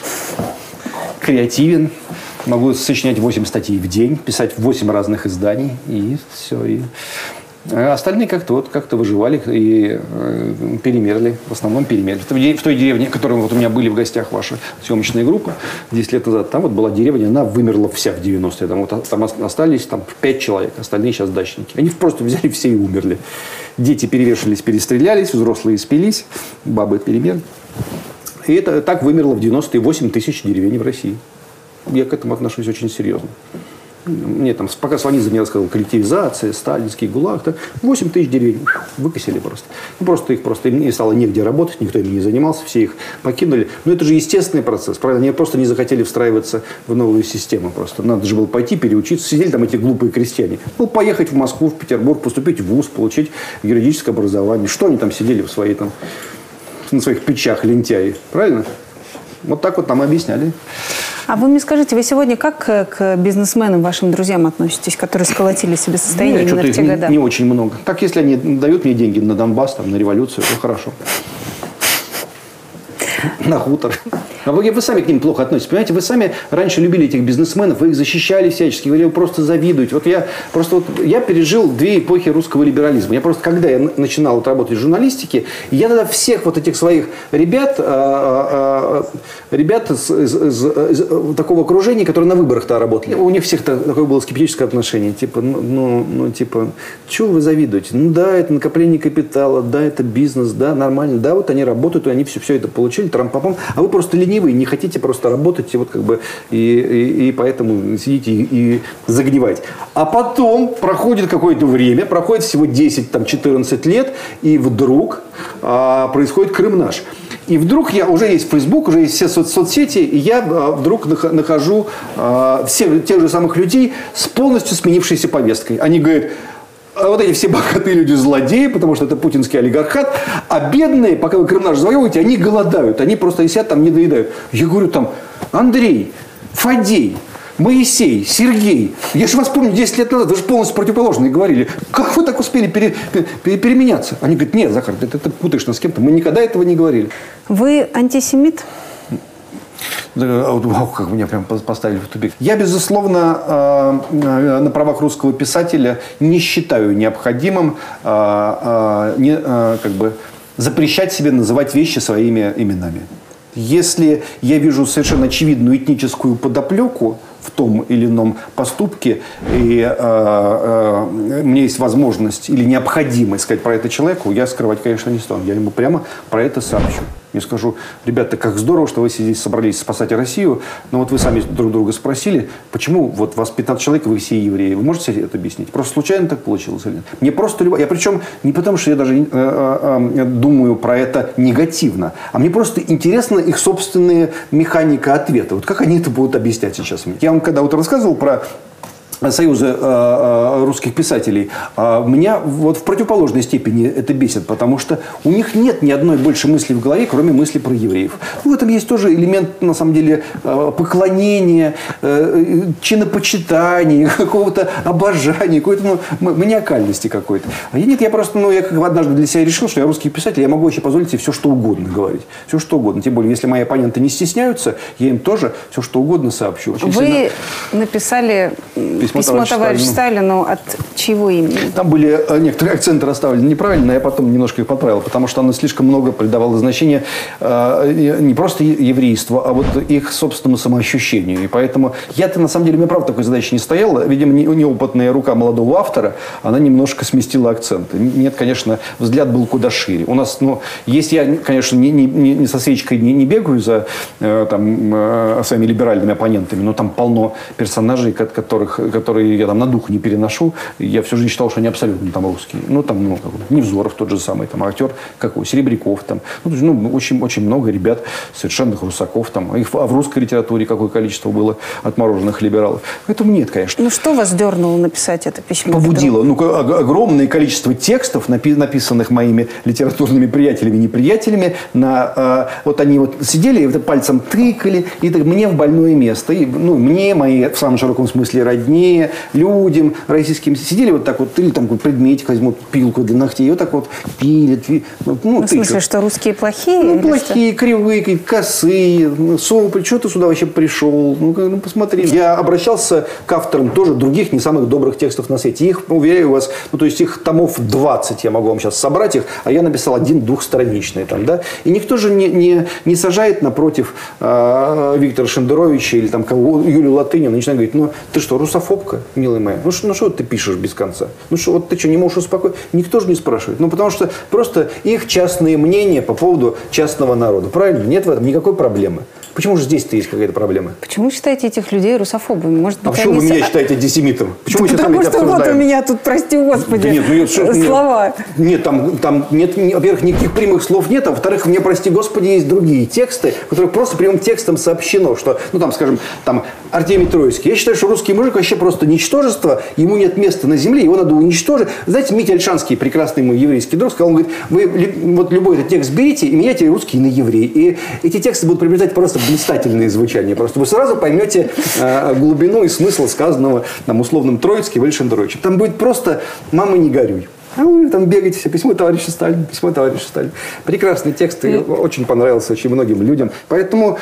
креативен. Могу сочинять 8 статей в день, писать 8 разных изданий. И все. И остальные как-то выживали и перемерли. В основном перемерли. В той деревне, в которой вот у меня были в гостях ваша съемочная группа 10 лет назад, там вот была деревня, она вымерла вся в 90-е. Там остались 5 человек, остальные сейчас дачники. Они просто взяли все и умерли. Дети перевешивались, перестрелялись, взрослые спились, бабы перемерли. И это так вымерло в 90-е 8 тысяч деревень в России. Я к этому отношусь очень серьезно. Мне там, пока Сванидзе мне рассказывал, коллективизация, сталинский ГУЛАГ, 8 тысяч деревень выкосили просто. Им не стало негде работать, никто ими не занимался, все их покинули. Но это же естественный процесс, правда? Они просто не захотели встраиваться в новую систему просто. Надо же было пойти переучиться. Сидели там эти глупые крестьяне. Поехать в Москву, в Петербург, поступить в ВУЗ, получить юридическое образование. Что они там сидели на своих печах, лентяи, правильно? Вот так вот нам объясняли. А вы мне скажите, вы сегодня как к бизнесменам, вашим друзьям относитесь, которые сколотили себе состояние именно в те годы? Не очень много. Так, если они дают мне деньги на Донбасс, на революцию, то хорошо. на хутор. А вы сами к ним плохо относитесь. Понимаете, вы сами раньше любили этих бизнесменов, вы их защищали всячески, говорили, вы просто завидуете. Я пережил 2 эпохи русского либерализма. Когда я начинал работать в журналистике, я тогда всех вот этих своих ребят из такого окружения, которые на выборах-то работали, у них всех такое было скептическое отношение. Типа, чего вы завидуете? Да, это накопление капитала, да, это бизнес, да, нормально, да, вот они работают, они все это получили, трам-пам-пам, а вы просто ленивые, не хотите просто работать, и поэтому сидите и загниваете. А потом проходит какое-то время, проходит всего 10-14 лет, и вдруг происходит Крым наш. И вдруг уже есть Facebook, уже есть все соцсети, и я вдруг нахожу тех же самых людей с полностью сменившейся повесткой. Они говорят, вот эти все богатые люди злодеи, потому что это путинский олигархат, а бедные, пока вы Крым наш завоевываете, они голодают, они просто сидят там, не доедают. Я говорю там, Андрей, Фадей, Моисей, Сергей, я же вас помню 10 лет назад, вы же полностью противоположные говорили. Как вы так успели переменяться? Они говорят, нет, Захар, ты путаешь нас с кем-то, мы никогда этого не говорили. Вы антисемит? Как меня прям поставили в тупик. Я, безусловно, на правах русского писателя не считаю необходимым запрещать себе называть вещи своими именами. Если я вижу совершенно очевидную этническую подоплеку в том или ином поступке, и у меня есть возможность или необходимость сказать про это человеку, я скрывать, конечно, не стану. Я ему прямо про это сообщу. Я скажу, ребята, как здорово, что вы здесь собрались спасать Россию, но вот вы сами друг друга спросили, почему вот вас 15 человек, вы все евреи. Вы можете себе это объяснить? Просто случайно так получилось или нет? Мне просто я причем не потому, что я даже думаю про это негативно, а мне просто интересна их собственная механика ответа. Вот как они это будут объяснять сейчас мне? Я вам когда рассказывал про Союзы русских писателей, меня вот в противоположной степени это бесит, потому что у них нет ни одной больше мысли в голове, кроме мысли про евреев. В этом есть тоже элемент, на самом деле, поклонения, чинопочитания, какого-то обожания, какой-то маниакальности какой-то. А я просто, я как однажды для себя решил, что я русский писатель, я могу вообще позволить себе все, что угодно говорить. Все, что угодно. Тем более, если мои оппоненты не стесняются, я им тоже все, что угодно сообщу. Вы написали письмо товарищу Сталину от чего имени? Там были некоторые акценты расставлены неправильно, я потом немножко их поправил, потому что оно слишком много придавало значения не просто еврейству, а вот их собственному самоощущению. И поэтому я-то, на самом деле, у меня правда такой задачи не стояла. Видимо, неопытная рука молодого автора, она немножко сместила акценты. Нет, конечно, взгляд был куда шире. У нас, есть я, конечно, не со свечкой не бегаю за своими либеральными оппонентами, но там полно персонажей, которые я на дух не переношу. Я всю жизнь считал, что они абсолютно русские. Невзоров тот же самый, актер какой, Серебряков. Очень много ребят, совершенных русаков. А в русской литературе какое количество было отмороженных либералов. Поэтому нет, конечно. Что вас дернуло написать это письмо? Побудило. Огромное количество текстов, написанных моими литературными приятелями и неприятелями. Они сидели и пальцем тыкали, и мне в больное место. И, мне, мои, в самом широком смысле, роднее, людям российским сидели или предметик возьмут, пилку для ногтей, и пилят. В смысле, что русские плохие? Плохие, кривые, косые, сопли. Что ты сюда вообще пришел? Посмотри. Я обращался к авторам тоже других не самых добрых текстов на свете. Их, уверяю вас, их томов 20, я могу вам сейчас собрать их, а я написал один двухстраничный. И никто же не сажает напротив Виктора Шендеровича или Юлию Латынину, начинает говорить, ты что, русофобка, милая моя? Что ты пишешь без конца? Ты что, не можешь успокоить? Никто же не спрашивает. Потому что просто их частные мнения по поводу частного народа. Правильно? Нет в этом никакой проблемы. Почему же здесь-то есть какая-то проблема? Почему считаете этих людей русофобами? Может быть, почему вы меня считаете антисемитом? Потому что вот у меня тут, прости господи, слова. Нет, там нет, во-первых, никаких прямых слов нет, а во-вторых, мне, прости господи, есть другие тексты, в которых просто прямым текстом сообщено, что, скажем, Артемий Троицкий. Я считаю, что русский мужик вообще просто ничтожество, ему нет места на земле, его надо уничтожить. Знаете, Митя Альшанский, прекрасный мой еврейский друг, сказал, он говорит, вы любой этот текст берите и меняйте русский на еврей. И эти тексты будут приобретать просто блистательные звучания. Просто вы сразу поймете глубину и смысл сказанного условным Троицким или Шендеровичем. Там будет просто «мама, не горюй». А вы там бегаете все, письмо товарища Сталина, письмо товарища Сталина. Прекрасный текст, и очень понравился очень многим людям. Поэтому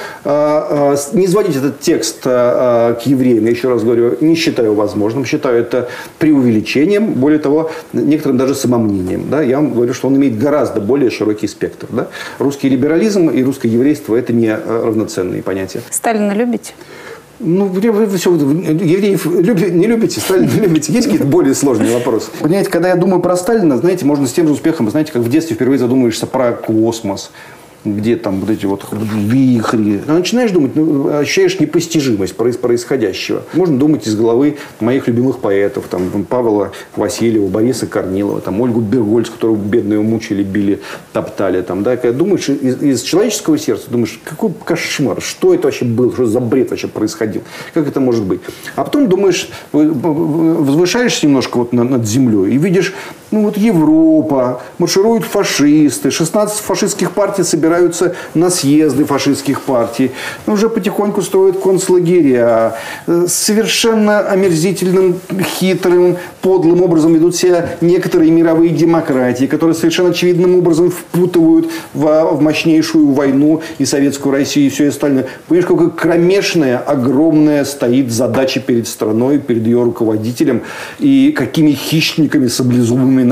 не изводить этот текст к евреям, я еще раз говорю, не считаю возможным, считаю это преувеличением, более того, некоторым даже самомнением. Да? Я вам говорю, что он имеет гораздо более широкий спектр. Да? Русский либерализм и русское еврейство – это не равноценные понятия. Сталина любите? Ну, вы евреев не любите, Сталина не любите. Есть какие-то более сложные вопросы? Понимаете, когда я думаю про Сталина, знаете, можно с тем же успехом, знаете, как в детстве впервые задумаешься про космос, где там вот эти вот вихри. Начинаешь думать, ощущаешь непостижимость происходящего. Можно думать из головы моих любимых поэтов, там, Павла Васильева, Бориса Корнилова, там, Ольгу Бергольц, которую бедную мучили, били, топтали. Там, да? Когда думаешь из человеческого сердца, думаешь, какой кошмар, что это вообще было, что за бред вообще происходил, как это может быть. А потом думаешь, возвышаешься немножко вот над землей и видишь, ну вот Европа, маршируют фашисты, 16 фашистских партий собираются на съезды фашистских партий, уже потихоньку строят концлагеря, совершенно омерзительным, хитрым, подлым образом ведут себя некоторые мировые демократии, которые совершенно очевидным образом впутывают в мощнейшую войну и советскую Россию, и все остальное. Понимаешь, какая кромешная, огромная стоит задача перед страной, перед ее руководителем, и какими хищниками саблезубыми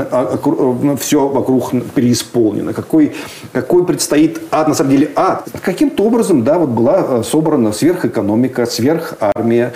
все вокруг переисполнено. Какой предстоит ад, на самом деле ад. Каким-то образом, да, вот была собрана сверхэкономика, сверхармия,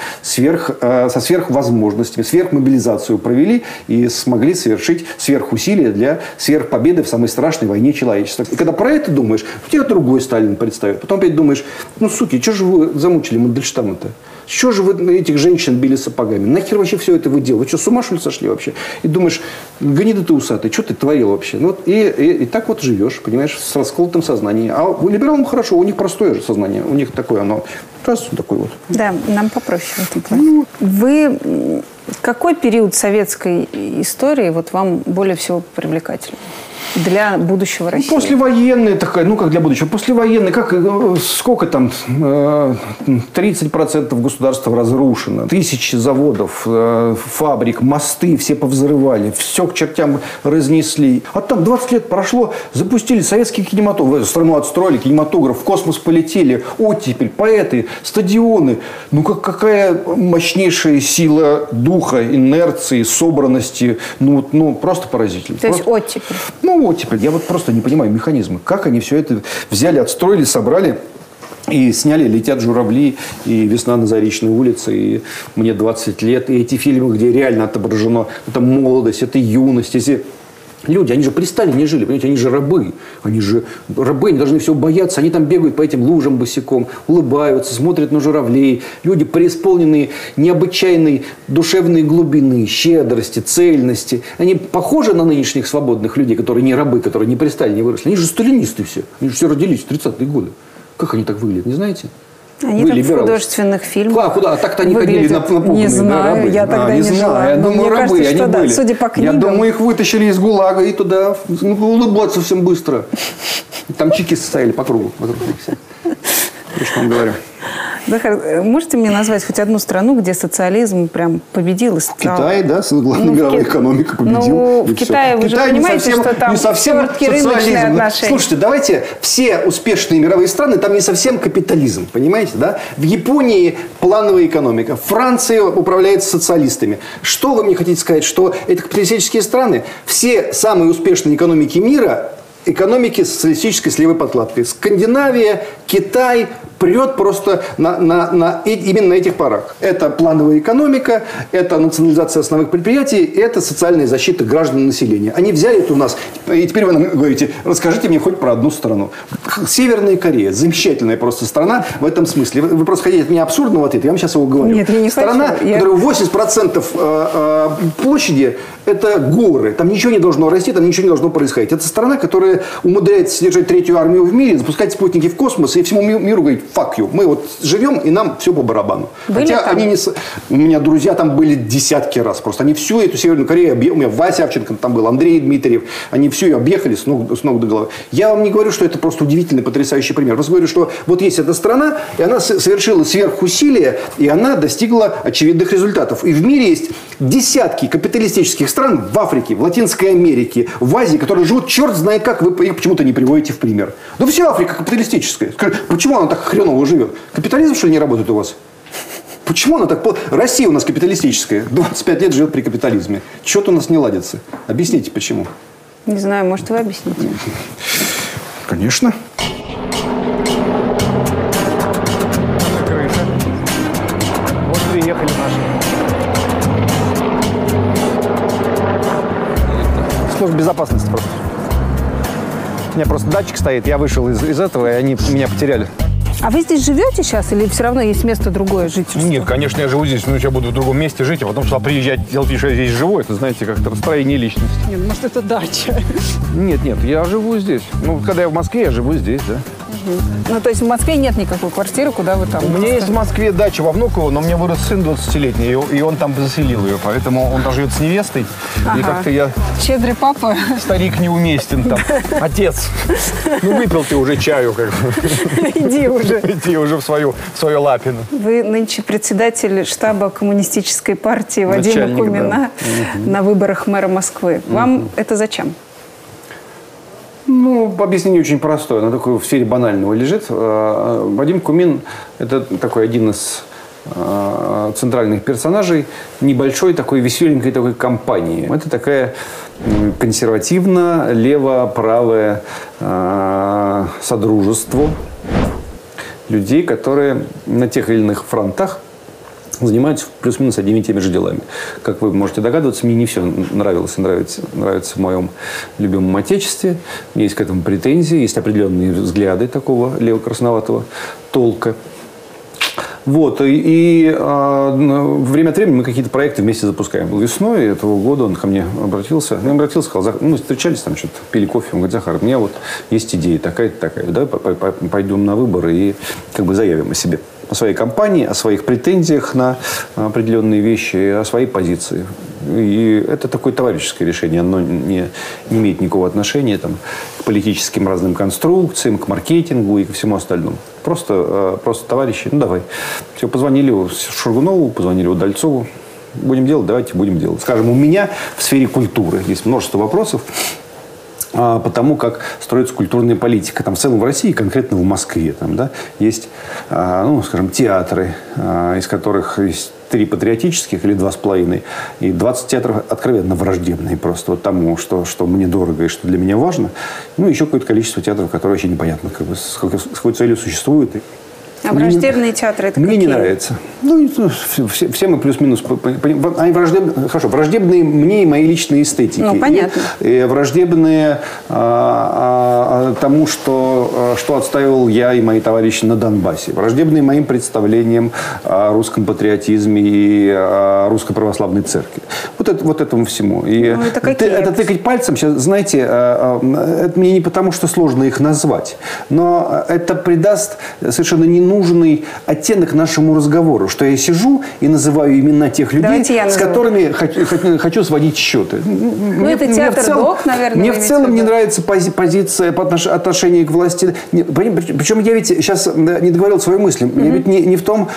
со сверхвозможностями, сверхмобилизацию провели и смогли совершить сверхусилия для сверхпобеды в самой страшной войне человечества. И когда про это думаешь, у тебя другой Сталин предстоит. Потом опять думаешь, ну, суки, что же вы замучили Мандельштама-то? Что же вы этих женщин били сапогами? Нахер вообще все это вы делали? Вы что, с ума что ли сошли вообще? И думаешь, гнида ты усатый, что ты творил вообще? Ну, и так вот живешь, понимаешь, с расколотым сознанием. А у либералам хорошо, у них простое же сознание. У них такое оно, раз такой вот. Да, нам попроще в этом плане. Вы какой период советской истории вот вам более всего привлекательный? Для будущего России. Послевоенная такая, ну как для будущего, послевоенная, сколько там, 30% государства разрушено, тысячи заводов, фабрик, мосты все повзрывали, все к чертям разнесли. А там 20 лет прошло, запустили советский кинематограф, страну отстроили, кинематограф, в космос полетели, оттепель, поэты, стадионы. Ну какая мощнейшая сила духа, инерции, собранности, ну просто поразительно. То есть оттепель. Ну, оттепель. Я вот просто не понимаю механизмы. Как они все это взяли, отстроили, собрали и сняли «Летят журавли», и «Весна на Заречной улице», и «Мне 20 лет», и эти фильмы, где реально отображено это молодость, это юность, эти люди, они же при Сталине жили, понимаете, они же рабы. Они должны всего бояться. Они там бегают по этим лужам босиком, улыбаются, смотрят на журавлей. Люди, преисполненные необычайной душевной глубины, щедрости, цельности. Они похожи на нынешних свободных людей, которые не рабы, которые не при Сталине выросли. Они же сталинисты все. Они же все родились в 30-е годы. Как они так выглядят, не знаете? Они там в художественных фильмах. Куда? А так-то они ходили напуганные. Не знаю, рабы. Я тогда не жила. Я думаю, рабы кажется, они были. Да, судя по книгам. Я думаю, их вытащили из ГУЛАГа и туда улыбаться всем быстро. Там чекисты стояли по кругу. Я что вам говорю. Захар, можете мне назвать хоть одну страну, где социализм прям победил? В Китае, да, главная мировая экономика победил. Ну, в Китае вы же понимаете, что там не совсем рыночные отношения. Слушайте, давайте, все успешные мировые страны, там не совсем капитализм, понимаете, да? В Японии плановая экономика, Франция управляется социалистами. Что вы мне хотите сказать, что это капиталистические страны? Все самые успешные экономики мира – экономики социалистической с левой подкладкой. Скандинавия, Китай прет просто именно на этих парах. Это плановая экономика, это национализация основных предприятий, это социальная защита граждан и населения. Они взяли это у нас. И теперь вы нам говорите, расскажите мне хоть про одну страну. Северная Корея. Замечательная просто страна в этом смысле. Вы просто хотите от меня абсурдного ответа, я вам сейчас его говорю. Нет, я не страна, хочу. Которая 80% площади – это горы. Там ничего не должно расти, там ничего не должно происходить. Это страна, которая умудряется содержать третью армию в мире, запускать спутники в космос и всему миру говорить «fuck you». Мы вот живем, и нам все по барабану. Были Хотя там? они не... У меня друзья там были десятки раз просто. Они всю эту Северную Корею объехали. У меня Вася Авченко там был, Андрей Дмитриев. Они всю ее объехали с ног до головы. Я вам не говорю, что это просто удивительный, потрясающий пример. Просто говорю, что вот есть эта страна, и она совершила сверхусилия, и она достигла очевидных результатов. И в мире есть десятки капиталистических стран в Африке, в Латинской Америке, в Азии, которые живут черт знает как, вы их почему-то не приводите в пример. Да вся Африка капиталистическая. Почему она так хреново живет? Капитализм, что ли, не работает у вас? Почему она так... Россия у нас капиталистическая. 25 лет живет при капитализме. Что-то у нас не ладится. Объясните, почему. Не знаю, может, вы объясните. Конечно. Крыша. Вот приехали наши. Служба безопасности просто. У меня просто датчик стоит, я вышел из этого, и они меня потеряли. А вы здесь живете сейчас или все равно есть место другое жительство? Нет, конечно, я живу здесь, но я буду в другом месте жить, а потом сюда приезжать, делать вид, что я здесь живу, это, знаете, как-то расстроение личности. Нет, может, это дача? Нет, я живу здесь. Ну, когда я в Москве, я живу здесь, да. Ну, то есть в Москве нет никакой квартиры, куда вы там... У меня есть в Москве дача во Внуково, но у меня вырос сын 20-летний, и он там заселил ее, поэтому он там живет с невестой, и как-то я... Щедрый папа. Старик неуместен там. Отец, ну выпил ты уже чаю, как бы. Иди уже. Иди уже в свою лапину. Вы нынче председатель штаба коммунистической партии Вадима Начальник, Кумина на выборах мэра Москвы. Вам это зачем? Ну, объяснение очень простое. Оно такое в сфере банального лежит. Вадим Кумин – это такой один из центральных персонажей небольшой такой веселенькой такой компании. Это такая консервативно-лево-правое содружество людей, которые на тех или иных фронтах занимаются плюс-минус одними и теми же делами. Как вы можете догадываться, мне не все нравилось и нравится в моем любимом отечестве. Есть к этому претензии, есть определенные взгляды такого лево-красноватого толка. Вот, и время от времени мы какие-то проекты вместе запускаем. Весной этого года он ко мне обратился. Я обратился, сказал, мы встречались, там что-то пили кофе. Он говорит: Захар, у меня вот есть идея такая-то, такая. Давай пойдем на выборы и как бы заявим о себе. О своей компании, о своих претензиях на определенные вещи, о своей позиции. И это такое товарищеское решение. Оно не имеет никакого отношения там, к политическим разным конструкциям, к маркетингу и ко всему остальному. Просто товарищи. Ну, давай. Все, позвонили Шургунову, позвонили Удальцову. Будем делать? Давайте будем делать. Скажем, у меня в сфере культуры есть множество вопросов по тому, как строится культурная политика. Там в целом в России, конкретно в Москве, там, да, есть, ну, скажем, театры, из которых есть 3 патриотических или 2,5, и 20 театров откровенно враждебные просто вот тому, что мне дорого и что для меня важно. Ну, еще какое-то количество театров, которые вообще непонятно, как бы, с какой целью существуют. А враждебные театры это мне какие? Не нравится. Ну, все мы плюс-минус... Они враждебные мне и моей личной эстетике. Ну, понятно. И враждебные тому, что отстаивал я и мои товарищи на Донбассе. Враждебные моим представлениям о русском патриотизме и о русской православной церкви. Вот этому всему. И ну, это тыкать пальцем, сейчас, знаете, это мне не потому, что сложно их назвать, но это придаст совершенно ненужный оттенок нашему разговору, что я сижу и называю имена тех людей, с которыми хочу сводить счеты. Ну, это театр ДОК, наверное. Мне в целом не нравится позиция по отношению к власти. Причем я ведь сейчас не договорил свою мысль. Я ведь не в том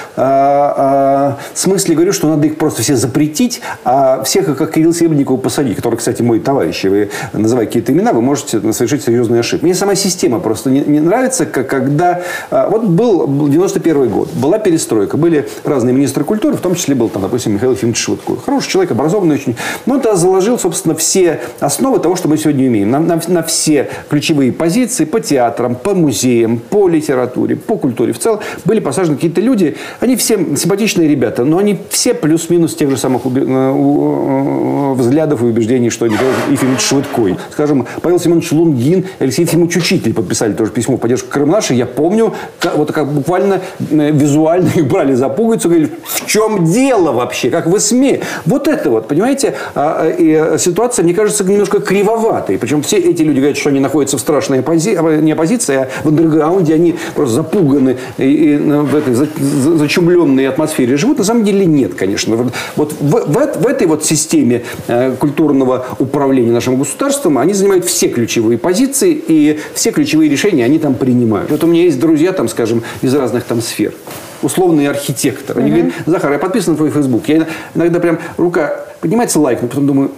смысле говорю, что надо их просто все запретить, а всех, как Кирилла Серебренникова, посадить, который, кстати, мой товарищ. Вы называя какие-то имена, вы можете совершить серьезные ошибки. Мне сама система просто не нравится, когда... Вот был 91 год, была перестройка, были разные министры культуры, в том числе был, там, допустим, Михаил Ефимович Швыдкой. Хороший человек, образованный очень. Но он тогда заложил, собственно, все основы того, что мы сегодня имеем. На все ключевые позиции по театрам, по музеям, по литературе, по культуре. В целом были посажены какие-то люди, они все симпатичные ребята, но они все плюс-минус тех же самых взглядов и убеждений, что Михаил Ефимович Швыдкой. Скажем, Павел Семенович Лунгин, Алексей Ефимович Учитель подписали тоже письмо в поддержку Крым нашей. Я помню, вот как буквально буквально визуально их брали за пуговицу и говорили, в чем дело вообще, как вы смеете. Вот это вот, понимаете, ситуация, мне кажется, немножко кривоватой. Причем все эти люди говорят, что они находятся в страшной не оппозиции, а в андерграунде, они просто запуганы и в этой зачумленной атмосфере живут. На самом деле нет, конечно. Вот в этой вот системе культурного управления нашим государством они занимают все ключевые позиции и все ключевые решения они там принимают. Вот у меня есть друзья, там, скажем, из разных там сфер. Условный архитектор. Они говорят, Захар, я подписан на твой Facebook. Я иногда прям рука поднимается лайк, но потом думаю,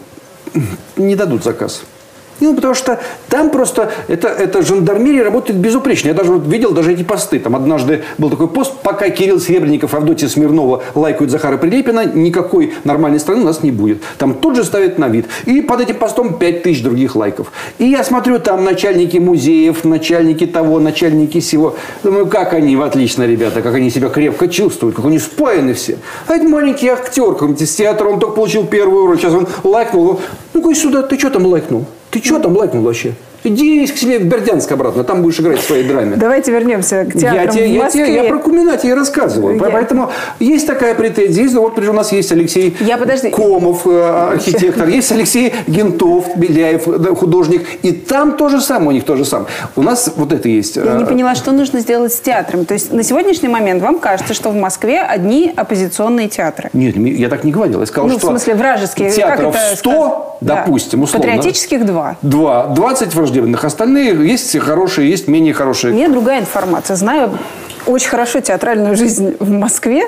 не дадут заказ. Ну, потому что там просто это жандармерия работает безупречно. Я даже вот видел даже эти посты. Там однажды был такой пост, пока Кирилл Серебренников, Авдотья Смирнова лайкают Захара Прилепина, никакой нормальной страны у нас не будет. Там тут же ставят на вид. И под этим постом 5000 других лайков. И я смотрю, там начальники музеев, начальники того, начальники сего. Думаю, как они, отлично, ребята, как они себя крепко чувствуют, как они спаяны все. А этот маленький актер какой-нибудь из театра, он только получил первую роль, сейчас он лайкнул. Ну-ка сюда, ты что там лайкнул? Ты что там лайкнул вообще? Иди к себе в Бердянск обратно, там будешь играть в своей драме. Давайте вернемся к театрам в Москве. Я про Кумина тебе рассказываю. Поэтому есть такая претензия. Вот у нас есть Алексей Комов, архитектор. Есть Алексей Гентов, Беляев, художник. И там то же самое, у них то же самое. У нас вот это есть. Я не поняла, что нужно сделать с театром. То есть на сегодняшний момент вам кажется, что в Москве одни оппозиционные театры? Нет, я так не говорил. Я сказал, что... в смысле вражеские. Театров 100, допустим, условно. Патриотических 2. 20 враждебных. Остальные есть хорошие, есть менее хорошие. У меня другая информация. Знаю очень хорошо театральную жизнь в Москве.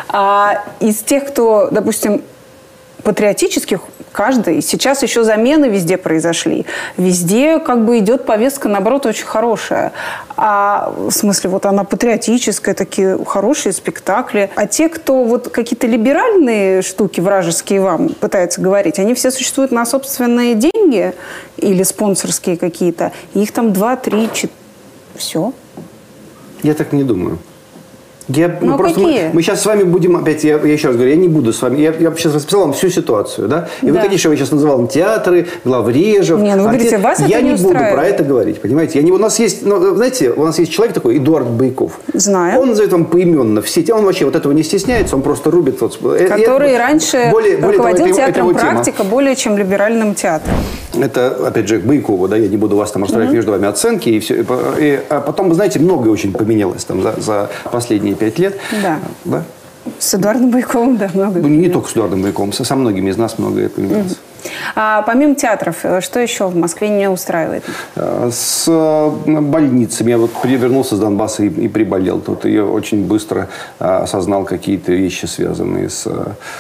Из тех, кто, допустим, патриотических, каждый. Сейчас еще замены везде произошли. Везде как бы идет повестка, наоборот, очень хорошая. В смысле, вот она патриотическая, такие хорошие спектакли. А те, кто вот какие-то либеральные штуки вражеские вам пытаются говорить, они все существуют на собственные деньги или спонсорские какие-то. Их там 2, 3, 4. Все. Я так не думаю. Мы сейчас с вами будем опять, я еще раз говорю, я не буду с вами, я сейчас расписал вам всю ситуацию, да? И вы хотите, чтобы я сейчас называл театры, главрежев. Не, вы говорите, вас я это не буду про это говорить, понимаете? У нас есть, знаете, у нас есть человек такой, Эдуард Байков. Знаю. Он назовет вам поименно все те, он вообще вот этого не стесняется, он просто рубит. Который раньше руководил театром «Практика» более чем либеральным театром. Это, опять же, к Байкову, да, я не буду вас там расставлять между вами оценки. И все, а потом, вы знаете, многое очень поменялось там за последние 5 лет. Да. С Эдуардом Байковым, да, много. Не только с Эдуардом Байковым, со многими из нас многое поменялось. А помимо театров, что еще в Москве не устраивает? С больницами. Я вот вернулся с Донбасса и приболел. Тут я очень быстро осознал какие-то вещи, связанные с...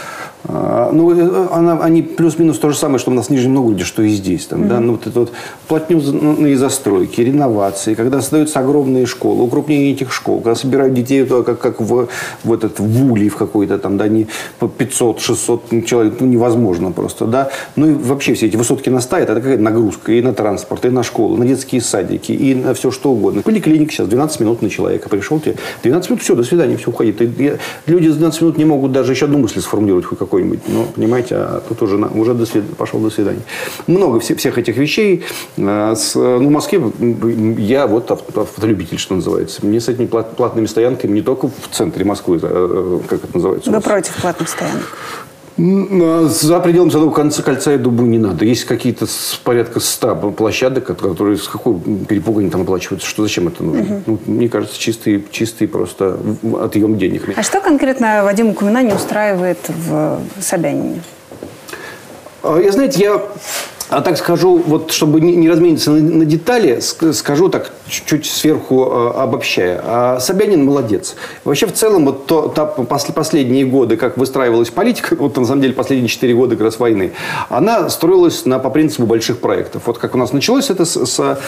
они плюс-минус то же самое, что у нас в Нижнем Новгороде, что и здесь. Там, да? Вот это вот плотнюные застройки, реновации, когда создаются огромные школы, укрупнение этих школ, когда собирают детей как в улей в какой-то там, да, не по 500-600 человек, невозможно просто, да. Ну и вообще все эти высотки на стае, это такая нагрузка и на транспорт, и на школу, на детские садики, и на все что угодно. Поликлиника сейчас 12 минут на человека. Пришел тебе, 12 минут, все, до свидания, все, уходи. Люди за 12 минут не могут даже еще одну мысль сформулировать хоть какой-нибудь. Ну, понимаете, а тут уже пошел до свидания. Много всех этих вещей. В Москве я вот автолюбитель, что называется. Мне с этими платными стоянками не только в центре Москвы, как это называется. Вы против платных стоянок? За пределами Садового кольца, я думаю, не надо. Есть какие-то порядка 100 площадок, которые с какой перепугу они там оплачиваются. Что, зачем это нужно? Мне кажется, чистый просто отъем денег. А что конкретно Вадима Кумина не устраивает в Собянине? Знаете, я так скажу, вот, чтобы не размениться на детали, скажу так, чуть-чуть сверху обобщая. Собянин молодец. Вообще, в целом, вот последние годы, как выстраивалась политика, вот на самом деле последние 4 года как раз войны, она строилась по принципу больших проектов. Вот как у нас началось это с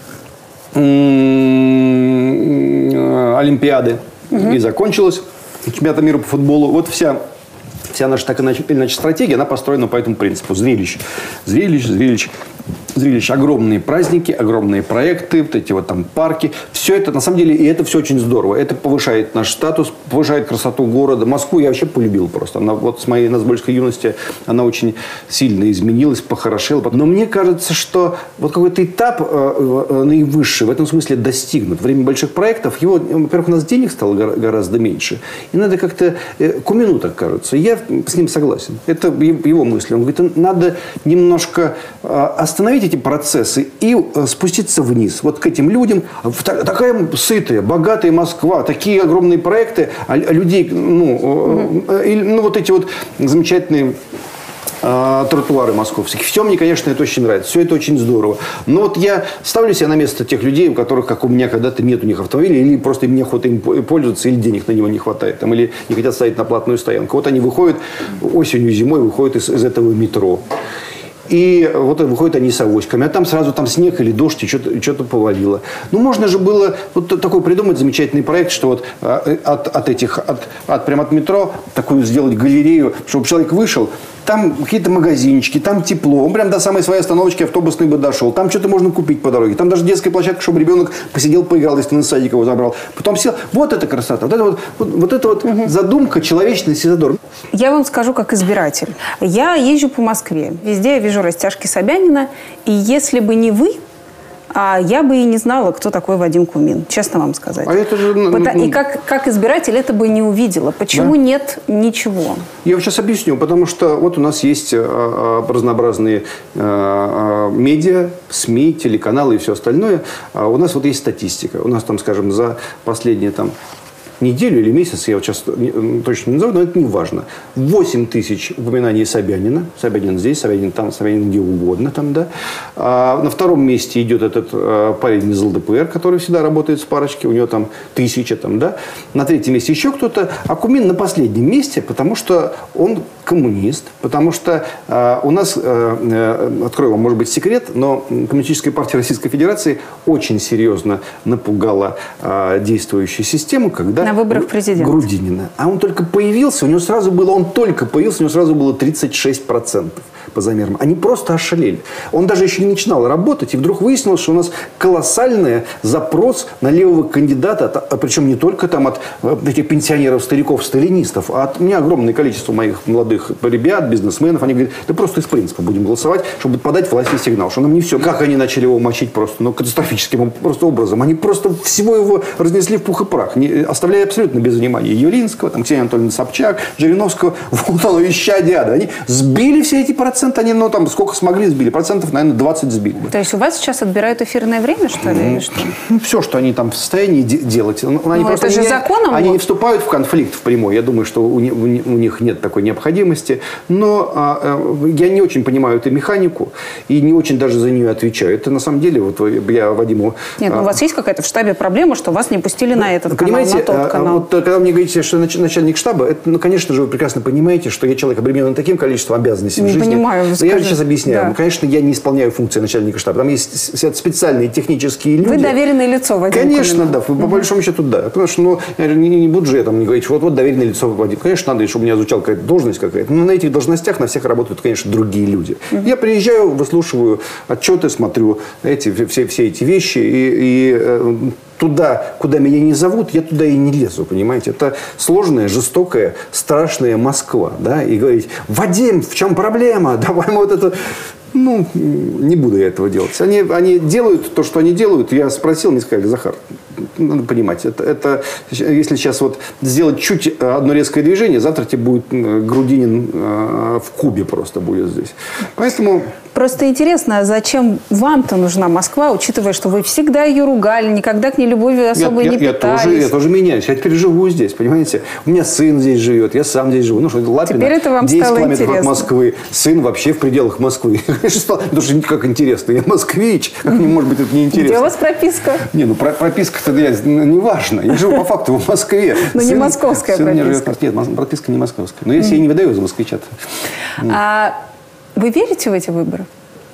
Олимпиады и закончилось чемпионатом мира по футболу. Вот вся наша так или иначе стратегия, она построена по этому принципу. Зрелищ. зрелищ, огромные праздники, огромные проекты, вот эти вот там парки. Все это, на самом деле, и это все очень здорово. Это повышает наш статус, повышает красоту города. Москву я вообще полюбил просто. Она вот с моей назбольской юности, она очень сильно изменилась, похорошела. Но мне кажется, что вот какой-то этап наивысший в этом смысле достигнут. Время больших проектов, его, во-первых, у нас денег стало гораздо меньше. И надо как-то... Кумину так кажется. Я с ним согласен. Это его мысли. Он говорит, надо немножко остановить эти процессы и спуститься вниз. Вот к этим людям. Такая сытая, богатая Москва, такие огромные проекты, а людей, вот эти вот замечательные тротуары московских. Все мне, конечно, это очень нравится. Все это очень здорово. Но вот я ставлю себя на место тех людей, у которых, как у меня, когда-то нет у них автомобиля, или просто им неохота им пользоваться, или денег на него не хватает, там, или не хотят ставить на платную стоянку. Вот они выходят осенью, зимой, выходят из этого метро. И вот выходят они с авоськами. А там сразу там снег или дождь, и что-то повалило. Ну, можно же было вот такой придумать замечательный проект, что вот прямо от метро такую сделать галерею, чтобы человек вышел, там какие-то магазинчики, там тепло. Он прям до самой своей остановочки автобусной бы дошел. Там что-то можно купить по дороге. Там даже детская площадка, чтобы ребенок посидел, поиграл, если на садик его забрал. Потом сел. Вот это красота. Вот это вот задумка, человечность и задор. Я вам скажу, как избиратель. Я езжу по Москве. Везде я вижу растяжки Собянина. И если бы не вы, я бы и не знала, кто такой Вадим Кумин, честно вам сказать. А это же... И как избиратель это бы не увидела. Почему нет ничего? Я вам сейчас объясню. Потому что вот у нас есть разнообразные медиа, СМИ, телеканалы и все остальное. А у нас вот есть статистика. У нас там, скажем, за последние неделю или месяц, я вот сейчас точно не назову, но это не важно. 8 тысяч упоминаний Собянина. Собянин здесь, Собянин там, Собянин где угодно там, да. На втором месте идет этот парень из ЛДПР, который всегда работает с парочки, у него там 1000 там, да. На третьем месте еще кто-то. А Кумин на последнем месте, потому что он коммунист, потому что у нас, открою вам, может быть, секрет, но Коммунистическая партия Российской Федерации очень серьезно напугала действующую систему, когда на выборах президента Грудинина. А он только появился, у него сразу было 36% по замерам. Они просто ошалели. Он даже еще не начинал работать, и вдруг выяснилось, что у нас колоссальный запрос на левого кандидата, причем не только там от этих пенсионеров, стариков, сталинистов, а от меня огромное количество моих молодых ребят, бизнесменов. Они говорят, да просто из принципа будем голосовать, чтобы подать власти сигнал, что нам не все. Как они начали его мочить просто, катастрофическим просто образом. Они просто всего его разнесли в пух и прах, оставляя абсолютно без внимания Явлинского, Ксения Анатольевна Собчак, Жириновского, Волтонова, Ищадиада. Они сбили все эти проценты, они, сколько смогли сбили, процентов, наверное, 20 сбили. То есть у вас сейчас отбирают эфирное время, что ли, или что? Все, что они там в состоянии делать. Они это же законом? Они не вступают в конфликт впрямую. Я думаю, что у них нет такой необходимости. Но я не очень понимаю эту механику и не очень даже за нее отвечаю. Это на самом деле, вот я Вадиму... Нет, у вас есть какая-то в штабе проблема, что вас не пустили на этот канал, на тот канал? Вот, когда вы мне говорите, что начальник штаба, это, конечно же, вы прекрасно понимаете, что я человек обременен таким количеством обязанностей в жизни. Понимаю, я сейчас объясняю. Да. Конечно, я не исполняю функции начальника штаба. Там есть специальные технические люди. Вы доверенное лицо, Вадим Конечно, Кумин. да. По большому счету, да. Потому что я не буду же не говорить, что вот доверенное лицо Вадим. Конечно, надо, чтобы у меня звучала какая-то должность какая-то. Но на этих должностях на всех работают, конечно, другие люди. Я приезжаю, выслушиваю отчеты, смотрю все эти вещи и туда, куда меня не зовут, я туда и не лезу, понимаете? Это сложная, жестокая, страшная Москва, да? И говорить, Вадим, в чем проблема? Давай мы вот это... не буду я этого делать. Они делают то, что они делают. Я спросил, мне сказали, Захар, надо понимать, это если сейчас вот сделать чуть одно резкое движение, завтра тебе будет Грудинин в кубе просто будет здесь. Поэтому... Просто интересно, зачем вам-то нужна Москва, учитывая, что вы всегда ее ругали, никогда к ней любовью особо не питались. Я тоже меняюсь. Я теперь живу здесь, понимаете? У меня сын здесь живет, я сам здесь живу. Лапино, теперь это вам 10 стало километров интересно. от Москвы. Сын вообще в пределах Москвы. Потому что как интересно. Я москвич. Как мне, может быть, это неинтересно. Где у вас прописка? Прописка-то не важно. Я живу по факту в Москве. Но не московская прописка. Нет, прописка не московская. Но если я не выдаю за москвича. Вы верите в эти выборы?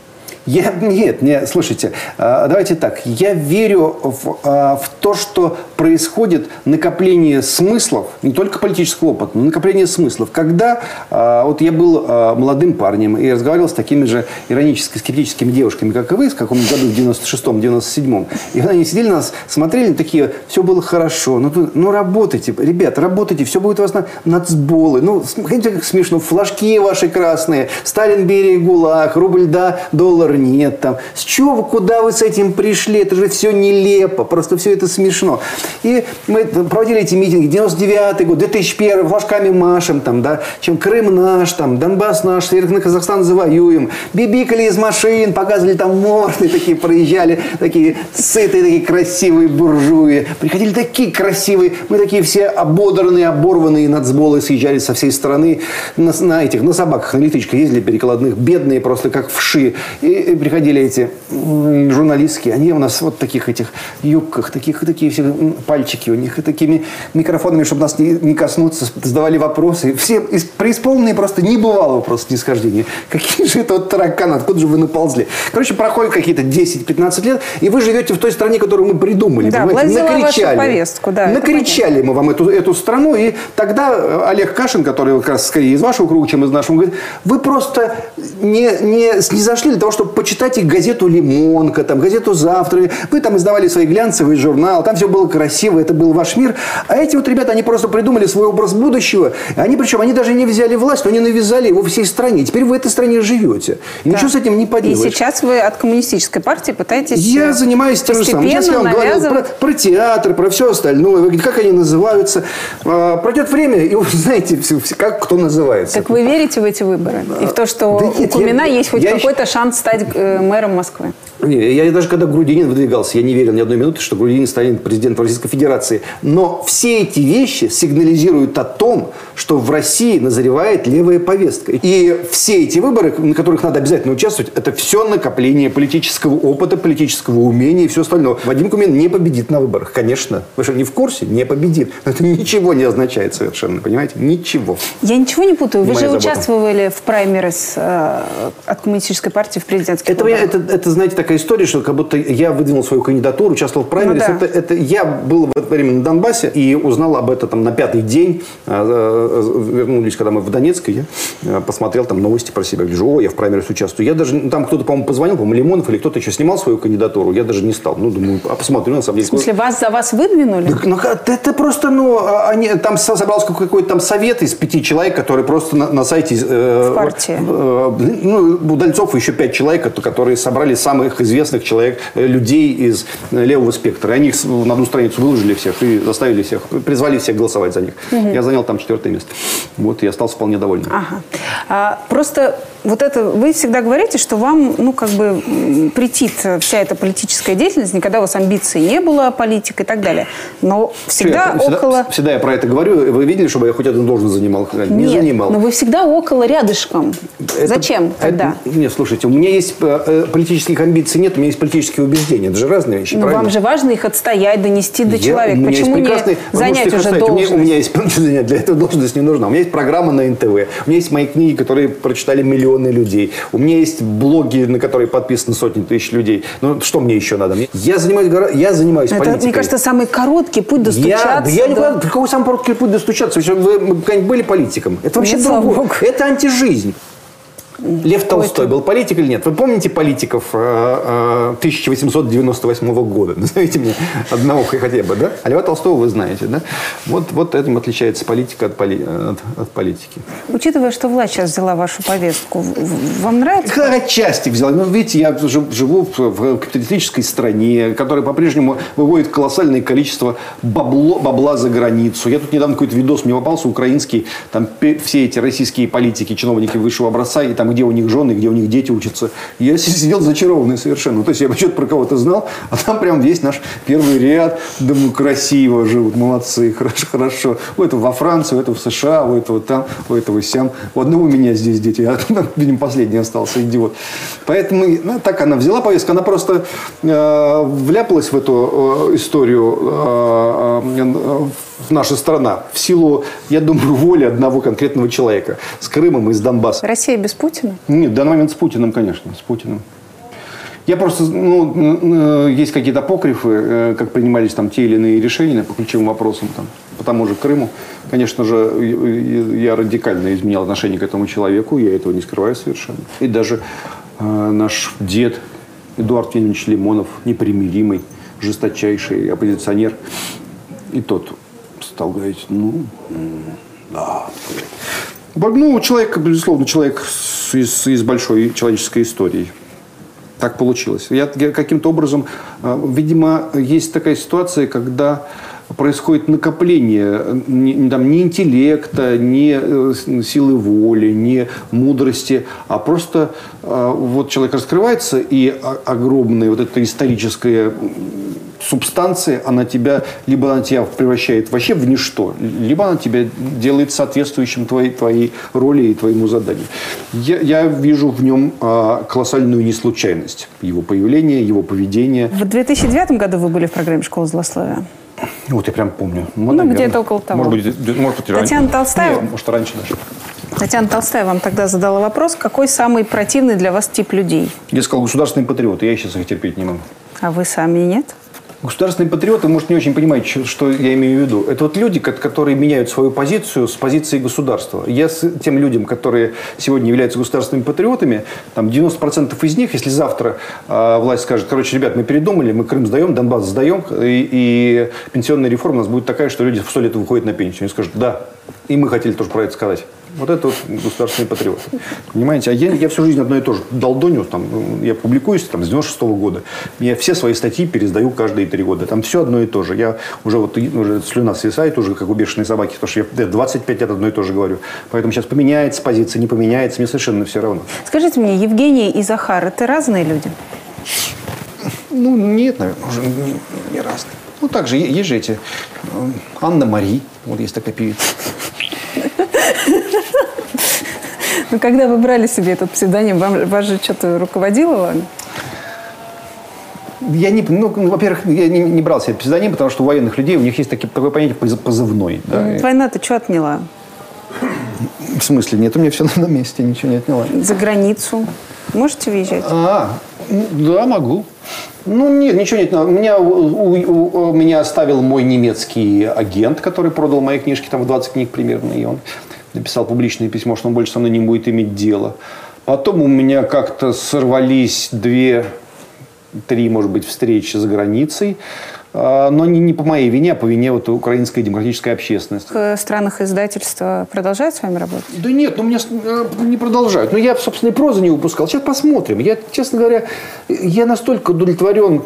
Нет, слушайте, давайте так. Я верю в то, что происходит накопление смыслов, не только политического опыта, но накопление смыслов. Когда вот я был молодым парнем и разговаривал с такими же иронически скептическими девушками, как и вы, в каком-то году, в 96-м, 97-м, и когда они сидели нас, смотрели, такие, все было хорошо, ну работайте, ребят, работайте, все будет у вас нацболы, ну, смотрите, как смешно, флажки ваши красные, Сталин, Берия, ГУЛАГ, рубль да, доллар нет, там. С чего вы, куда вы с этим пришли? Это же все нелепо, просто все это смешно. И мы проводили эти митинги, 99-й год, 2001, флажками машем, там, да, чем Крым наш, там, Донбасс наш, Северный Казахстан завоюем, бибикали из машин, показывали там морды, такие проезжали, такие сытые, такие красивые буржуи, приходили такие красивые, мы такие все ободранные, оборванные нацболы съезжали со всей страны на собаках, на электричках ездили перекладных, бедные просто как вши. И приходили эти журналистки, они у нас вот в таких этих юбках, такие все пальчики у них, и такими микрофонами, чтобы нас не коснуться, задавали вопросы. Все преисполненные просто небывалого просто снисхождения. Какие же это вот тараканы, откуда же вы наползли? Короче, проходит какие-то 10-15 лет, и вы живете в той стране, которую мы придумали. Да, власть взяла вашу повестку. Да, накричали мы вам эту страну, и тогда Олег Кашин, который как раз скорее из вашего круга, чем из нашего, говорит, вы просто не зашли для того, чтобы почитать их газету «Лимонка», там, газету «Завтра». Вы там издавали свои глянцевые журналы, там все было красиво, это был ваш мир. А эти вот ребята, они просто придумали свой образ будущего. Причем они даже не взяли власть, но они навязали его всей стране. Теперь вы в этой стране живете. И ничего с этим не поделаешь. И сейчас вы от коммунистической партии пытаетесь Я занимаюсь тем же самым. Сейчас я вам говорил про театр, про все остальное. Вы говорите, как они называются. Пройдет время, и вы знаете, как кто называется. Так вы верите в эти выборы? И в то, что у Кузьмина есть хоть какой-то шанс стать мэром Москвы? Не, я даже когда Грудинин выдвигался, я не верил ни одной минуты, что Грудинин станет президентом Российской Федерации. Но все эти вещи сигнализируют о том, что в России назревает левая повестка. И все эти выборы, на которых надо обязательно участвовать, это все накопление политического опыта, политического умения и все остальное. Вадим Кузьмин не победит на выборах, конечно. Вы что, не в курсе? Не победит. Это ничего не означает совершенно, понимаете? Ничего. Я ничего не путаю. Вы же участвовали в праймерис от коммунистической партии в президентских выборах. Это, знаете, такая история, что как будто я выдвинул свою кандидатуру, участвовал в праймерис. Это я был в это время на Донбассе и узнал об этом там, на 5-й день. Вернулись, когда мы в Донецк, и я посмотрел там новости про себя. Гляжу, я в праймерис участвую. Я даже, там кто-то, по-моему, позвонил, по-моему, Лимонов или кто-то еще снимал свою кандидатуру. Я даже не стал. Думаю, посмотрю, на самом деле. В смысле, за вас выдвинули? Это просто, там собрался какой-то там совет из 5 человек, которые просто на сайте... В партии. Удальцов и еще 5 человек, которые собрали самых известных людей из левого спектра. Они их на одну страницу выложили всех и заставили всех, призвали всех голосовать за них. Я занял там 4-е место. Вот, и остался вполне доволен. Ага. Просто вот это, вы всегда говорите, что вам, претит вся эта политическая деятельность, никогда у вас амбиций не было, политик и так далее. Но всегда Всегда я про это говорю. Вы видели, чтобы я хоть одну должность занимал? Не занимал. Но вы всегда около, рядышком. Зачем тогда? Нет, слушайте, у меня есть политических амбиций нет, у меня есть политические убеждения. Это же разные вещи, правильно? Вам же важно их отстоять, донести до человека. Почему не занять уже должность? У меня есть для этого должность не нужна. У меня есть программа на НТВ. У меня есть мои книги, которые прочитали миллионы людей. У меня есть блоги, на которые подписаны сотни тысяч людей. Что мне еще надо? Я занимаюсь политикой. Это, мне кажется, самый короткий путь достучаться. Какой самый короткий путь достучаться? Вы когда-нибудь были политиком? Это вообще другое. Это антижизнь. Лев Толстой был политик или нет? Вы помните политиков 1898 года? Назовите мне одного хотя бы, да? А Льва Толстого вы знаете, да? Вот этим отличается политика от политики. Учитывая, что власть сейчас взяла вашу повестку, вам нравится? Отчасти взяла. Но видите, я живу в капиталистической стране, которая по-прежнему выводит колоссальное количество бабла за границу. Я тут недавно какой-то видос мне попался украинский, там все эти российские политики, чиновники высшего образца, и там где у них жены, где у них дети учатся. Я сидел зачарованный совершенно. То есть я что-то про кого-то знал, а там прям весь наш первый ряд. Думаю, красиво живут, молодцы, хорошо. У этого во Франции, у этого в США, у этого там, у этого сям. У одного у меня здесь дети, а там, видимо, последний остался, идиот. Поэтому так она взяла повестку. Она просто вляпалась в эту историю наша страна в силу, я думаю, воли одного конкретного человека с Крымом и с Донбассом. Россия без Путина? Нет, в данный момент с Путиным, конечно, с Путиным. Я просто, есть какие-то апокрифы, как принимались там те или иные решения по ключевым вопросам, там, по тому же Крыму. Конечно же, я радикально изменял отношение к этому человеку, я этого не скрываю совершенно. И даже наш дед Эдуард Вильямович Лимонов, непримиримый, жесточайший оппозиционер, и тот стал говорить, да. Человек, безусловно, человек из большой человеческой истории. Так получилось. Я каким-то образом, видимо, есть такая ситуация, когда происходит накопление ни интеллекта, ни силы воли, ни мудрости, а просто вот человек раскрывается, и огромная вот эта историческая субстанция, либо она тебя превращает вообще в ничто, либо она тебя делает соответствующим твоей роли и твоему заданию. Я вижу в нем колоссальную неслучайность его появления, его поведения. В 2009 году вы были в программе «Школа злословия». Вот я прям помню. Где-то около того. Может быть, Татьяна Толстая. Нет, может, раньше даже. Татьяна Толстая вам тогда задала вопрос, какой самый противный для вас тип людей? Я сказал, государственные патриоты. Я сейчас их терпеть не могу. А вы сами нет? Государственные патриоты, может, не очень понимаете, что я имею в виду. Это вот люди, которые меняют свою позицию с позиции государства. Я с тем людям, которые сегодня являются государственными патриотами, там 90% из них, если завтра власть скажет, ребят, мы передумали, мы Крым сдаем, Донбасс сдаем, и пенсионная реформа у нас будет такая, что люди в 100 лет выходят на пенсию. Они скажут, да, и мы хотели тоже про это сказать. Вот это вот государственные патриоты. Понимаете? А я всю жизнь одно и то же долдоню. Я публикуюсь с 96-го года. Я все свои статьи пересдаю каждые 3 года. Там все одно и то же. Я уже слюна свисает, уже как у бешеной собаки, потому что я 25 лет одно и то же говорю. Поэтому сейчас поменяется позиция, не поменяется, мне совершенно все равно. Скажите мне, Евгений и Захар – это разные люди? Нет, наверное, уже не разные. Также есть же эти Анна-Мари. Вот есть такая певица. Когда вы брали себе этот псевдоним, вас же что-то руководило вами? Во-первых, я не брал себе псевдоним, потому что у военных людей у них есть такое понятие позывной. Да. Война-то что отняла? В смысле? Нет, у меня все на месте, ничего не отняла. За границу? Можете въезжать? Да, могу. Нет, ничего не отняла. Меня оставил мой немецкий агент, который продал мои книжки, там в 20 книг примерно, и он написал публичное письмо, что он больше со мной не будет иметь дела. Потом у меня как-то сорвались 2-3, может быть, встречи за границей. Но не по моей вине, а по вине украинской демократической общественности. В странах издательства продолжают с вами работать? Да нет, меня не продолжают. Я, собственно, и прозу не выпускал. Сейчас посмотрим. Я, честно говоря, я настолько удовлетворен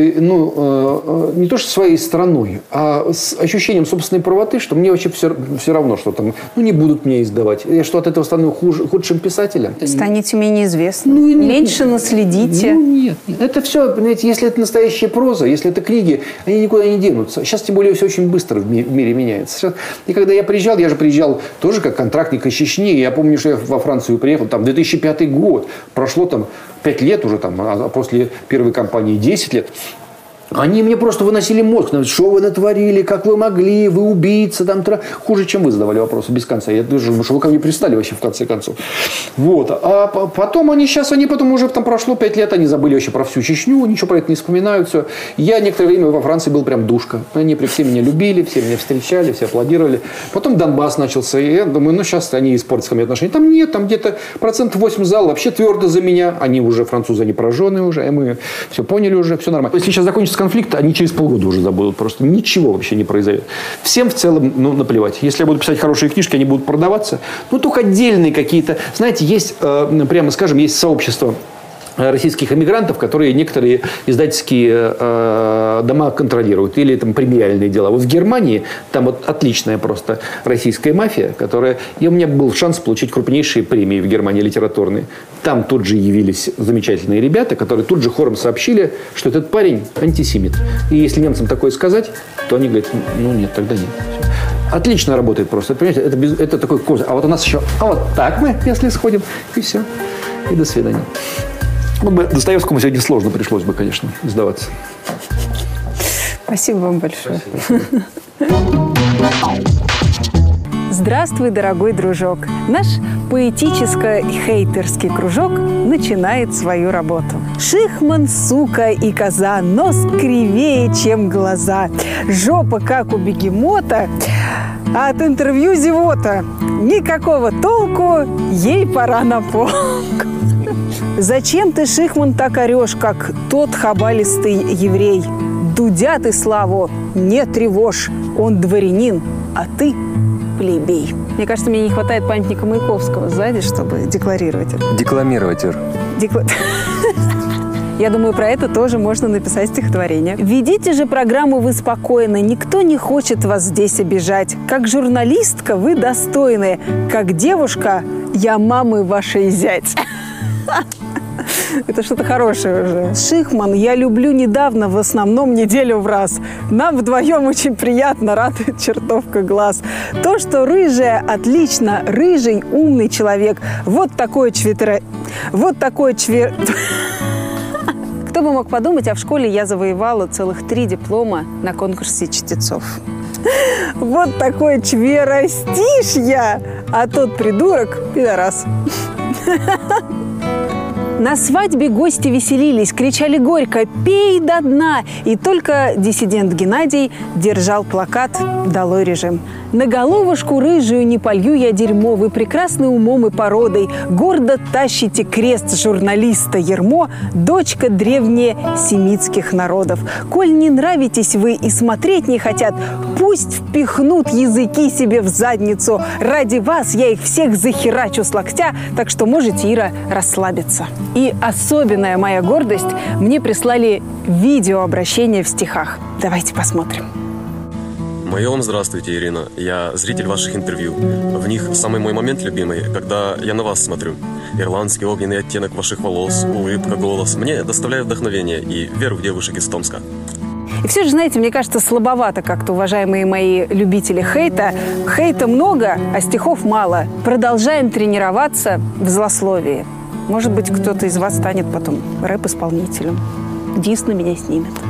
не то что своей страной, а с ощущением собственной правоты, что мне вообще все равно, что там не будут меня издавать. Я что, от этого стану худшим писателем? Станете менее известным? Меньше наследите? Нет. Это все, понимаете, если это настоящая проза, если это книги, они никуда не денутся. Сейчас, тем более, все очень быстро в мире меняется. Сейчас, и когда я же приезжал тоже как контрактник из Чечни. Я помню, что я во Францию приехал, 2005 год. Прошло 5 лет уже, а после первой кампании 10 лет. Они мне просто выносили мозг. Что вы натворили, как вы могли, вы убийца. Хуже, чем вы задавали вопросы без конца. Я думаю, что вы ко мне пристали вообще в конце концов. А потом они уже прошло 5 лет, они забыли вообще про всю Чечню, ничего про это не вспоминают. Все. Я некоторое время во Франции был прям душка. Они все меня любили, все меня встречали, все аплодировали. Потом Донбасс начался. И я думаю, сейчас они испортят ко мне отношения. Там нет, там где-то 8% зала вообще твердо за меня. Они уже французы, они пораженные уже. И мы все поняли уже, все нормально. Если сейчас закончится конфликт, они через полгода уже забудут. Просто ничего вообще не произойдет. Всем в целом наплевать. Если я буду писать хорошие книжки, они будут продаваться. Только отдельные какие-то. Знаете, есть, прямо скажем, есть сообщество российских эмигрантов, которые некоторые издательские дома контролируют. Или премиальные дела. Вот в Германии там отличная просто российская мафия, и у меня был шанс получить крупнейшие премии в Германии литературные. Там тут же явились замечательные ребята, которые тут же хором сообщили, что этот парень антисемит. И если немцам такое сказать, то они говорят, нет, тогда нет. Все. Отлично работает просто. Понимаете, это такой козырь. А вот у нас еще, вот так мы, если сходим, и все. И до свидания. Достоевскому сегодня сложно пришлось бы, конечно, сдаваться. Спасибо вам большое. Спасибо. Здравствуй, дорогой дружок! Наш поэтическо-хейтерский кружок начинает свою работу. Шихман, сука и коза, нос кривее, чем глаза, жопа, как у бегемота, а от интервью зевота. Никакого толку, ей пора на полку. Зачем ты, Шихман, так орешь, как тот хабалистый еврей? Дудя ты славу не тревожь, он дворянин, а ты плебей. Мне кажется, мне не хватает памятника Маяковского сзади, чтобы декларировать это. Декламировать, Ир. Я думаю, про это тоже можно написать стихотворение. Ведите же программу вы спокойно, никто не хочет вас здесь обижать. Как журналистка вы достойны, как девушка я мамы вашей зять. Это что-то хорошее уже. Шихман я люблю недавно, в основном неделю в раз. Нам вдвоем очень приятно, радует чертовка глаз. То, что рыжая, отлично, рыжий, умный человек. Вот такой Кто бы мог подумать, а в школе я завоевала целых 3 диплома на конкурсе чтецов. Вот такой чверостишья, а тот придурок – пидорас. На свадьбе гости веселились, кричали горько «Пей до дна!» И только диссидент Геннадий держал плакат «Долой режим». На головушку рыжую не полью я дерьмо, вы прекрасны умом и породой, гордо тащите крест журналиста Ермо, дочка древнесемитских народов. Коль не нравитесь вы и смотреть не хотят, пусть впихнут языки себе в задницу. Ради вас я их всех захерачу с локтя, так что можете, Ира, расслабиться. И особенная моя гордость, мне прислали видеообращение в стихах. Давайте посмотрим. Мое вам здравствуйте, Ирина. Я зритель ваших интервью. В них самый мой момент любимый, когда я на вас смотрю. Ирландский огненный оттенок ваших волос, улыбка, голос мне доставляют вдохновение и веру в девушек из Томска. И все же, знаете, мне кажется, слабовато как-то, уважаемые мои любители хейта. Хейта много, а стихов мало. Продолжаем тренироваться в злословии. Может быть, кто-то из вас станет потом рэп-исполнителем. Дис на меня снимет.